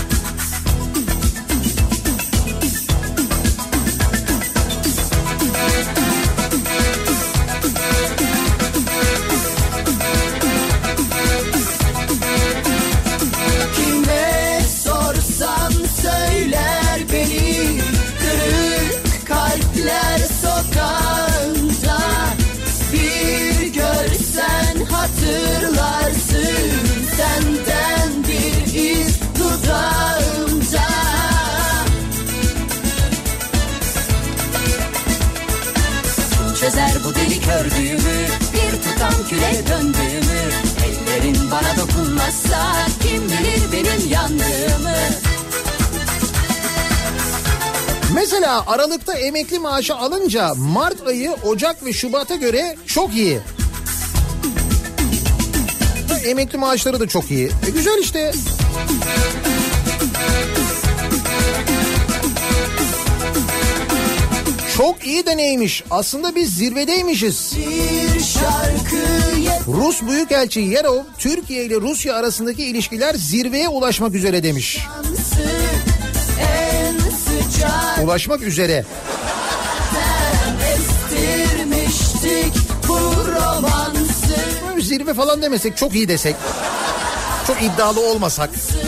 Mesela Aralık'ta emekli maaşı alınca Mart ayı Ocak ve Şubat'a göre çok iyi. Emekli maaşları da çok iyi. Güzel işte. Çok iyi de neymiş? Aslında biz zirvedeymişiz. Rus Büyükelçi Yerov, Türkiye ile Rusya arasındaki ilişkiler zirveye ulaşmak üzere demiş. Ulaşmak üzere. Zirve falan demesek, çok iyi desek. Çok iddialı olmasak.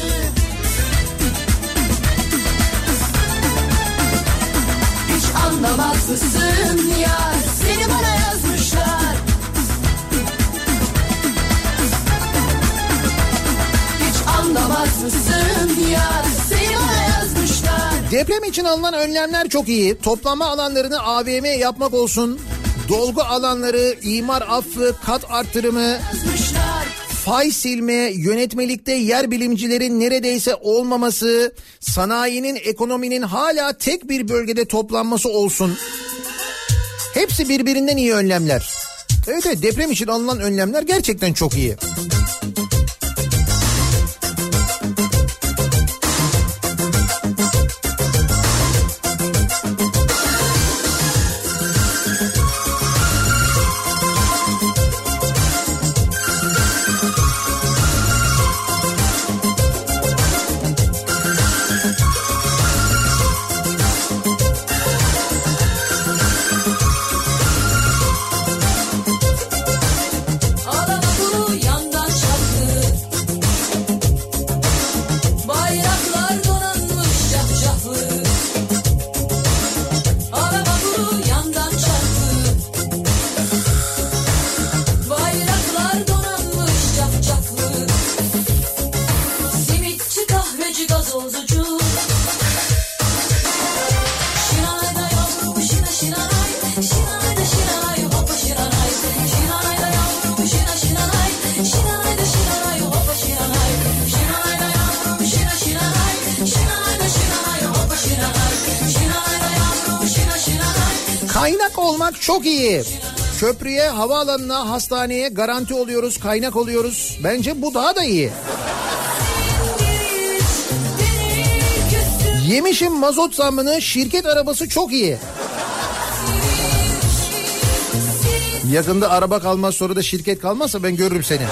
Anlamaz mısın ya? Seni bana yazmışlar. Hiç anlamaz mısın ya? Seni bana yazmışlar. Deprem için alınan önlemler çok iyi. Toplanma alanlarını AVM yapmak olsun. Dolgu alanları, imar affı, kat arttırımı, fay silme, yönetmelikte yer bilimcilerin neredeyse olmaması, sanayinin, ekonominin hala tek bir bölgede toplanması olsun. Hepsi birbirinden iyi önlemler. Evet, deprem için alınan önlemler gerçekten çok iyi. Kaynak olmak çok iyi. Köprüye, havaalanına, hastaneye garanti oluyoruz, kaynak oluyoruz. Bence bu daha da iyi. Yemişim mazot zammını, şirket arabası çok iyi. Yakında araba kalmaz, sonra da şirket kalmazsa ben görürüm seni.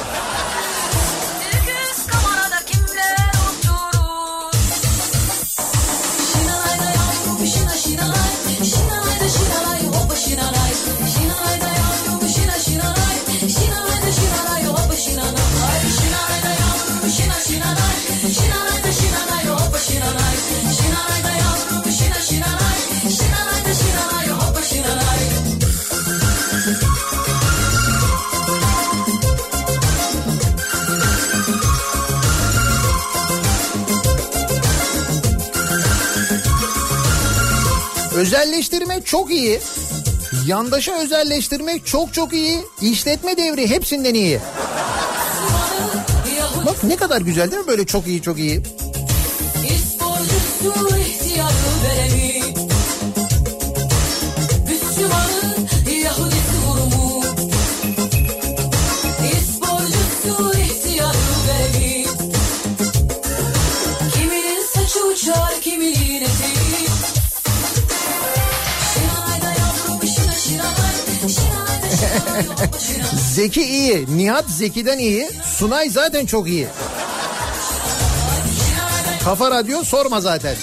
Özelleştirme çok iyi. Yandaşa özelleştirmek çok iyi. İşletme devri hepsinden iyi. Bak ne kadar güzel değil mi, böyle çok iyi çok iyi. Kiminin saçı uçar, kiminin eti. Zeki iyi. Nihat Zeki'den iyi. Sunay zaten çok iyi. Kafa Radyo sorma zaten.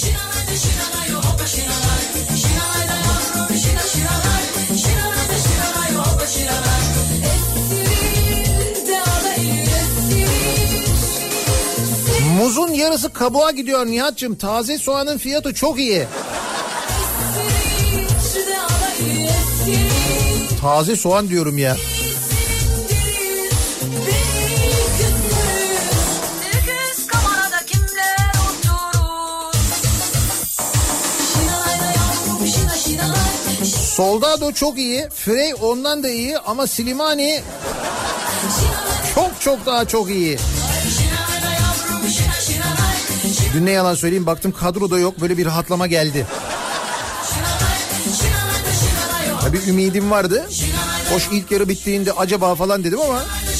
Muzun yarısı kabuğa gidiyor Nihat'cığım. Taze soğanın fiyatı çok iyi. Taze soğan diyorum ya. Soldado çok iyi. Frey ondan da iyi ama Slimani çok daha çok iyi. Dün ne yalan söyleyeyim, baktım kadroda yok, böyle bir rahatlama geldi. bir ümidim vardı. Hoş ilk yarı bittiğinde acaba falan dedim ama.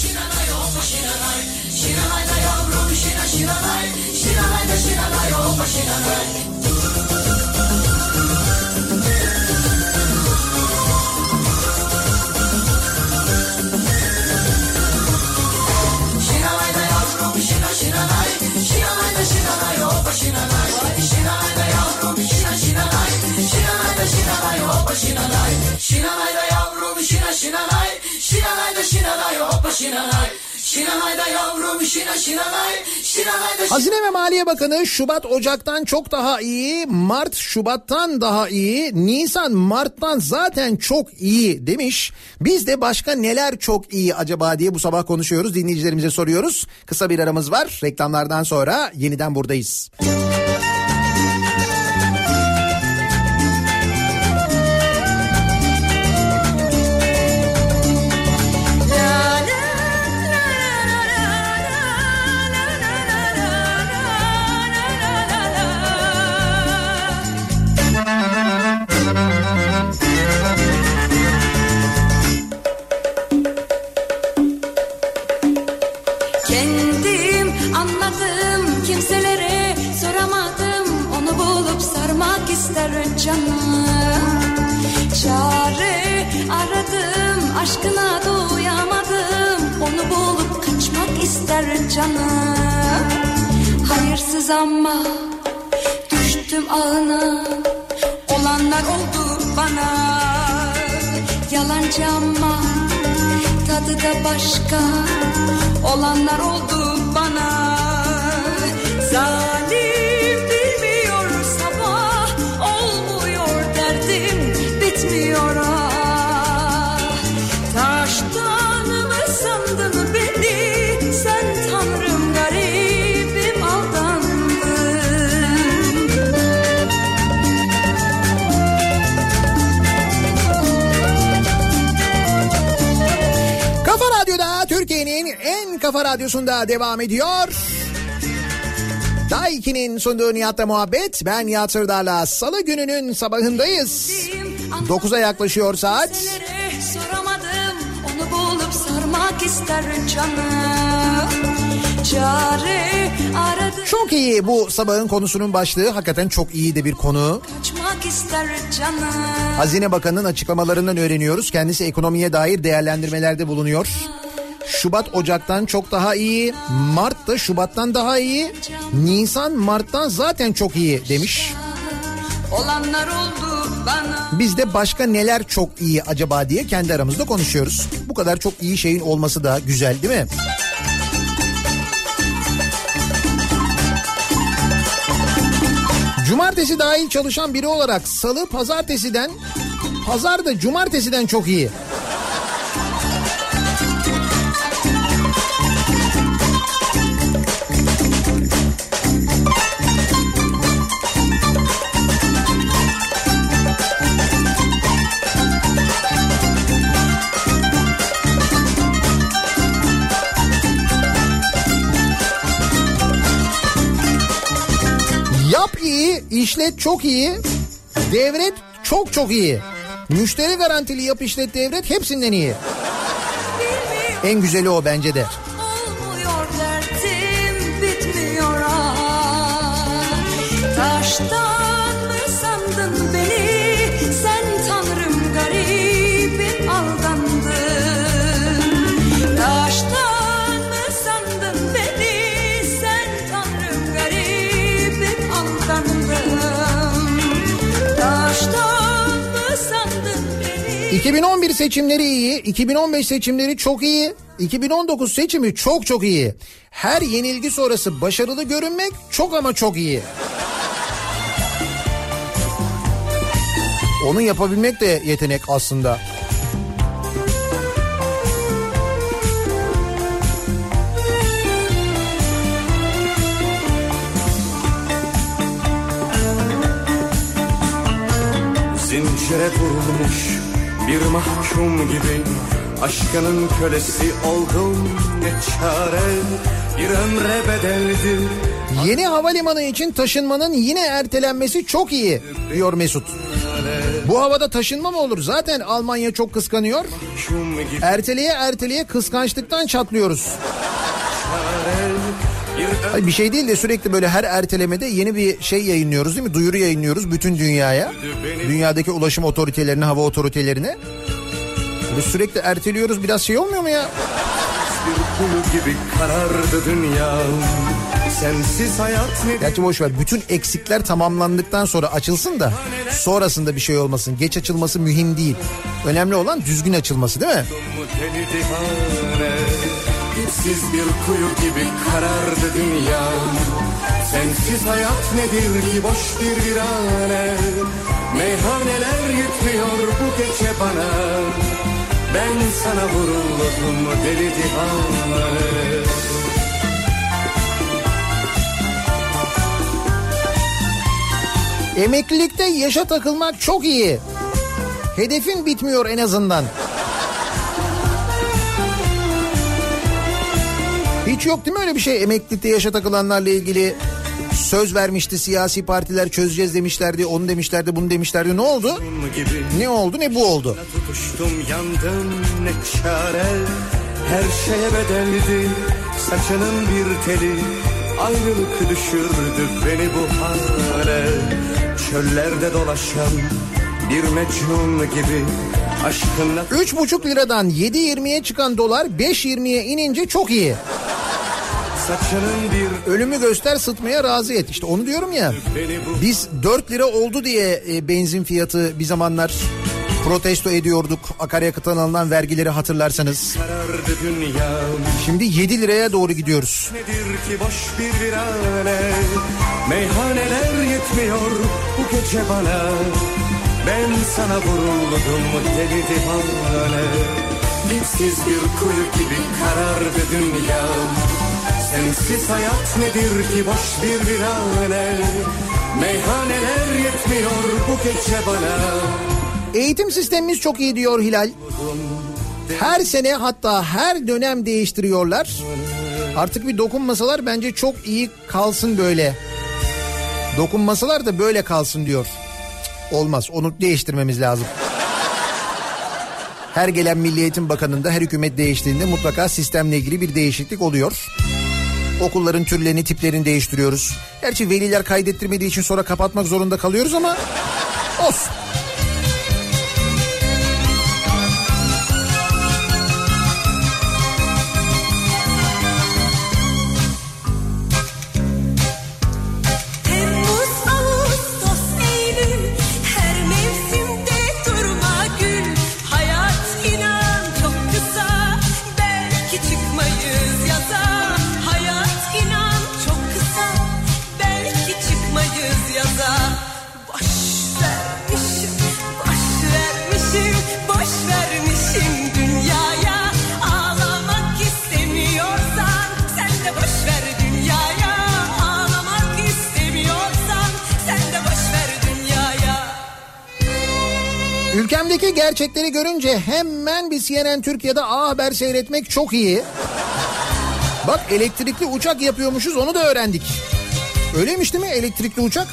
Şinanay da yavrum şina şinanay, şinanay da şinanay hoppa şinanay. Şinanay da yavrum şina şinanay, şinanay da. Hazine ve Maliye Bakanı Şubat Ocak'tan çok daha iyi, Mart Şubat'tan daha iyi, Nisan Mart'tan zaten çok iyi demiş. Biz de başka neler çok iyi acaba diye bu sabah konuşuyoruz, dinleyicilerimize soruyoruz. Kısa bir aramız var, reklamlardan sonra yeniden buradayız. Çare aradım, aşkına doyamadım, onu bulup kaçmak ister canım. Hayırsız ama düştüm ağına, olanlar oldu bana. Yalancı ama tadı da başka, olanlar oldu bana. Zalim bilmiyor sabah, olmuyor derdim bitmiyor ah. Taştan mı sandın beni, sen tanrım garibim aldandım. Kafa Radyo'da, Türkiye'nin en kafa radyosunda devam ediyor. Daiki'nin sunduğu Nihat'la muhabbet. Ben Nihat Sırdar'la Salı gününün sabahındayız. 9'a yaklaşıyor saat. Soramadım, onu bulup sarmak ister canım. Çare aradım. Çok iyi bu sabahın konusunun başlığı. Hakikaten çok iyi de bir konu. Kaçmak ister canım. Hazine Bakanı'nın açıklamalarından öğreniyoruz. Kendisi ekonomiye dair değerlendirmelerde bulunuyor. Şubat Ocak'tan çok daha iyi, Mart da Şubat'tan daha iyi, Nisan Mart'tan zaten çok iyi demiş. Olanlar oldu bana. Biz de başka neler çok iyi acaba diye kendi aramızda konuşuyoruz. Bu kadar çok iyi şeyin olması da güzel değil mi? Cumartesi dahil çalışan biri olarak salı pazartesiden, pazar da cumartesiden çok iyi. Yap iyi, işlet çok iyi, devret çok çok iyi. Müşteri garantili yap işlet devret hepsinden iyi. En güzeli o bence de. Olmuyor derdim bitmiyor ah. Taştan mı sandın beni, sen tanrım garibim aldandım. Taştan mı sandın beni, sen tanrım garibim aldandım. Taştan mı sandın beni. 2011 seçimleri iyi, 2015 seçimleri çok iyi, 2019 seçimi çok çok iyi. Her yenilgi sonrası başarılı görünmek çok ama çok iyi. Onu yapabilmek de yetenek aslında. Zincire vurulmuş bir mahkum gibi aşkının kölesi oldum, ne çare, bir ömre bedeldi. Yeni havalimanı için taşınmanın yine ertelenmesi çok iyi diyor Mesut. Bu havada taşınma mı olur? Zaten Almanya çok kıskanıyor. Erteleye kıskançlıktan çatlıyoruz. Hayır, bir şey değil de sürekli böyle her ertelemede yeni bir şey yayınlıyoruz değil mi? Duyuru yayınlıyoruz bütün dünyaya. Dünyadaki ulaşım otoritelerine, hava otoritelerine. Böyle sürekli erteliyoruz, biraz şey olmuyor mu ya? Bir kuyu gibi karardı dünya. Sensiz hayat nedir? Gerçi boş ver. Bütün eksikler tamamlandıktan sonra açılsın da sonrasında bir şey olmasın. Geç açılması mühim değil. Önemli olan düzgün açılması değil mi? Siz bir kuyu gibi karardı dünya. Sensiz hayat nedir ki boş bir virane. Meyhaneler yetmiyor bu gece bana. Ben sana vuruldum deli divane. Emeklilikte yaşa takılmak çok iyi. Hedefin bitmiyor en azından. Hiç yok değil mi öyle bir şey? Emeklilikte yaşa takılanlarla ilgili söz vermişti siyasi partiler, çözeceğiz demişlerdi, onu demişlerdi, bunu demişlerdi. Ne oldu? Ne oldu, ne bu oldu? Tutuştum, yandım, ne çare. Her şeye bedeldi saçının bir teli. Ayrılık düşürdü beni bu hale. Çöllerde dolaşan bir mecnun gibi aşkınla... 3,5 liradan 7.20'ye çıkan dolar 5.20'ye inince çok iyi. Ölümü göster, sıtmaya razı et. İşte onu diyorum ya. Biz 4 lira oldu diye benzin fiyatı bir zamanlar protesto ediyorduk. Akaryakıttan alınan vergileri hatırlarsanız. Şimdi 7 liraya doğru gidiyoruz. Nedir ki boş bir virane. Meyhaneler yetmiyor bu gece bana. Ben sana vuruldum deli divane. Dipsiz bir kuyu gibi karardı dünya. Sensiz hayat nedir ki boş bir virane. Meyhaneler yetmiyor bu gece bana. Eğitim sistemimiz çok iyi diyor Hilal. Her sene hatta her dönem değiştiriyorlar. Artık bir dokunmasalar bence çok iyi kalsın böyle. Dokunmasalar da böyle kalsın diyor. Olmaz, onu değiştirmemiz lazım. Her gelen Milli Eğitim Bakanı'nda, her hükümet değiştiğinde mutlaka sistemle ilgili bir değişiklik oluyor. Okulların türlerini, tiplerini değiştiriyoruz. Gerçi veliler kaydettirmediği için sonra kapatmak zorunda kalıyoruz ama olsun. Ülkemdeki gerçekleri görünce hemen bir CNN Türkiye'de A Haber seyretmek çok iyi. Bak, elektrikli uçak yapıyormuşuz, onu da öğrendik. Öyleymiş değil mi elektrikli uçak?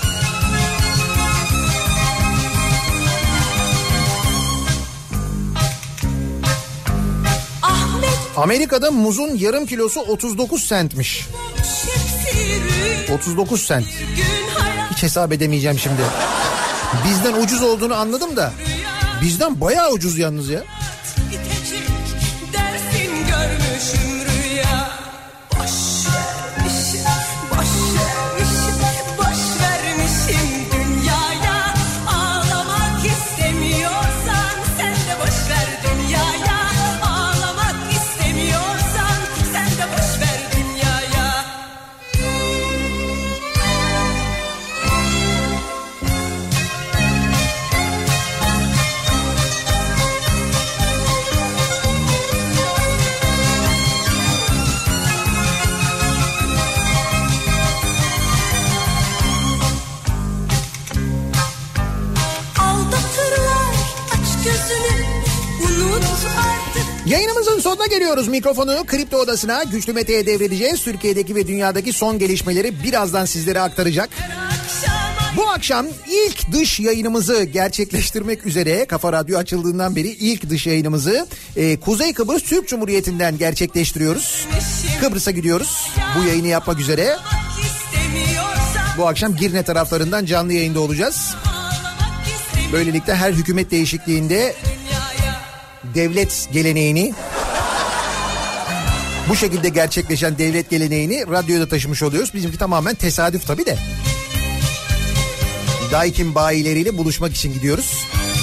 Amerika'da muzun yarım kilosu 39 centmiş. 39 cent. Hiç hesap edemeyeceğim şimdi. Bizden ucuz olduğunu anladım da bizden bayağı ucuz yalnız ya. Yayınımızın sonuna geliyoruz. Mikrofonu Kripto Odası'na Güçlü Mete'ye devredeceğiz. Türkiye'deki ve dünyadaki son gelişmeleri birazdan sizlere aktaracak. Bu akşam ilk dış yayınımızı gerçekleştirmek üzere Kafa Radyo açıldığından beri ilk dış yayınımızı Kuzey Kıbrıs Türk Cumhuriyeti'nden gerçekleştiriyoruz. Kıbrıs'a gidiyoruz bu yayını yapmak üzere. Bu akşam Girne taraflarından canlı yayında olacağız. Böylelikle her hükümet değişikliğinde devlet geleneğini, bu şekilde gerçekleşen devlet geleneğini radyoda taşımış oluyoruz. Bizimki tamamen tesadüf tabii de. Daikin bayileriyle buluşmak için gidiyoruz.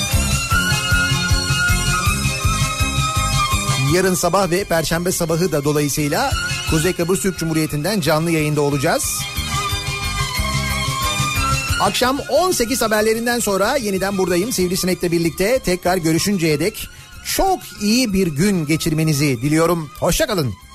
Yarın sabah ve Perşembe sabahı da dolayısıyla Kuzey Kıbrıs Türk Cumhuriyeti'nden canlı yayında olacağız. Akşam 18 haberlerinden sonra yeniden buradayım. Sivrisinek'le birlikte tekrar görüşünceye dek çok iyi bir gün geçirmenizi diliyorum. Hoşça kalın.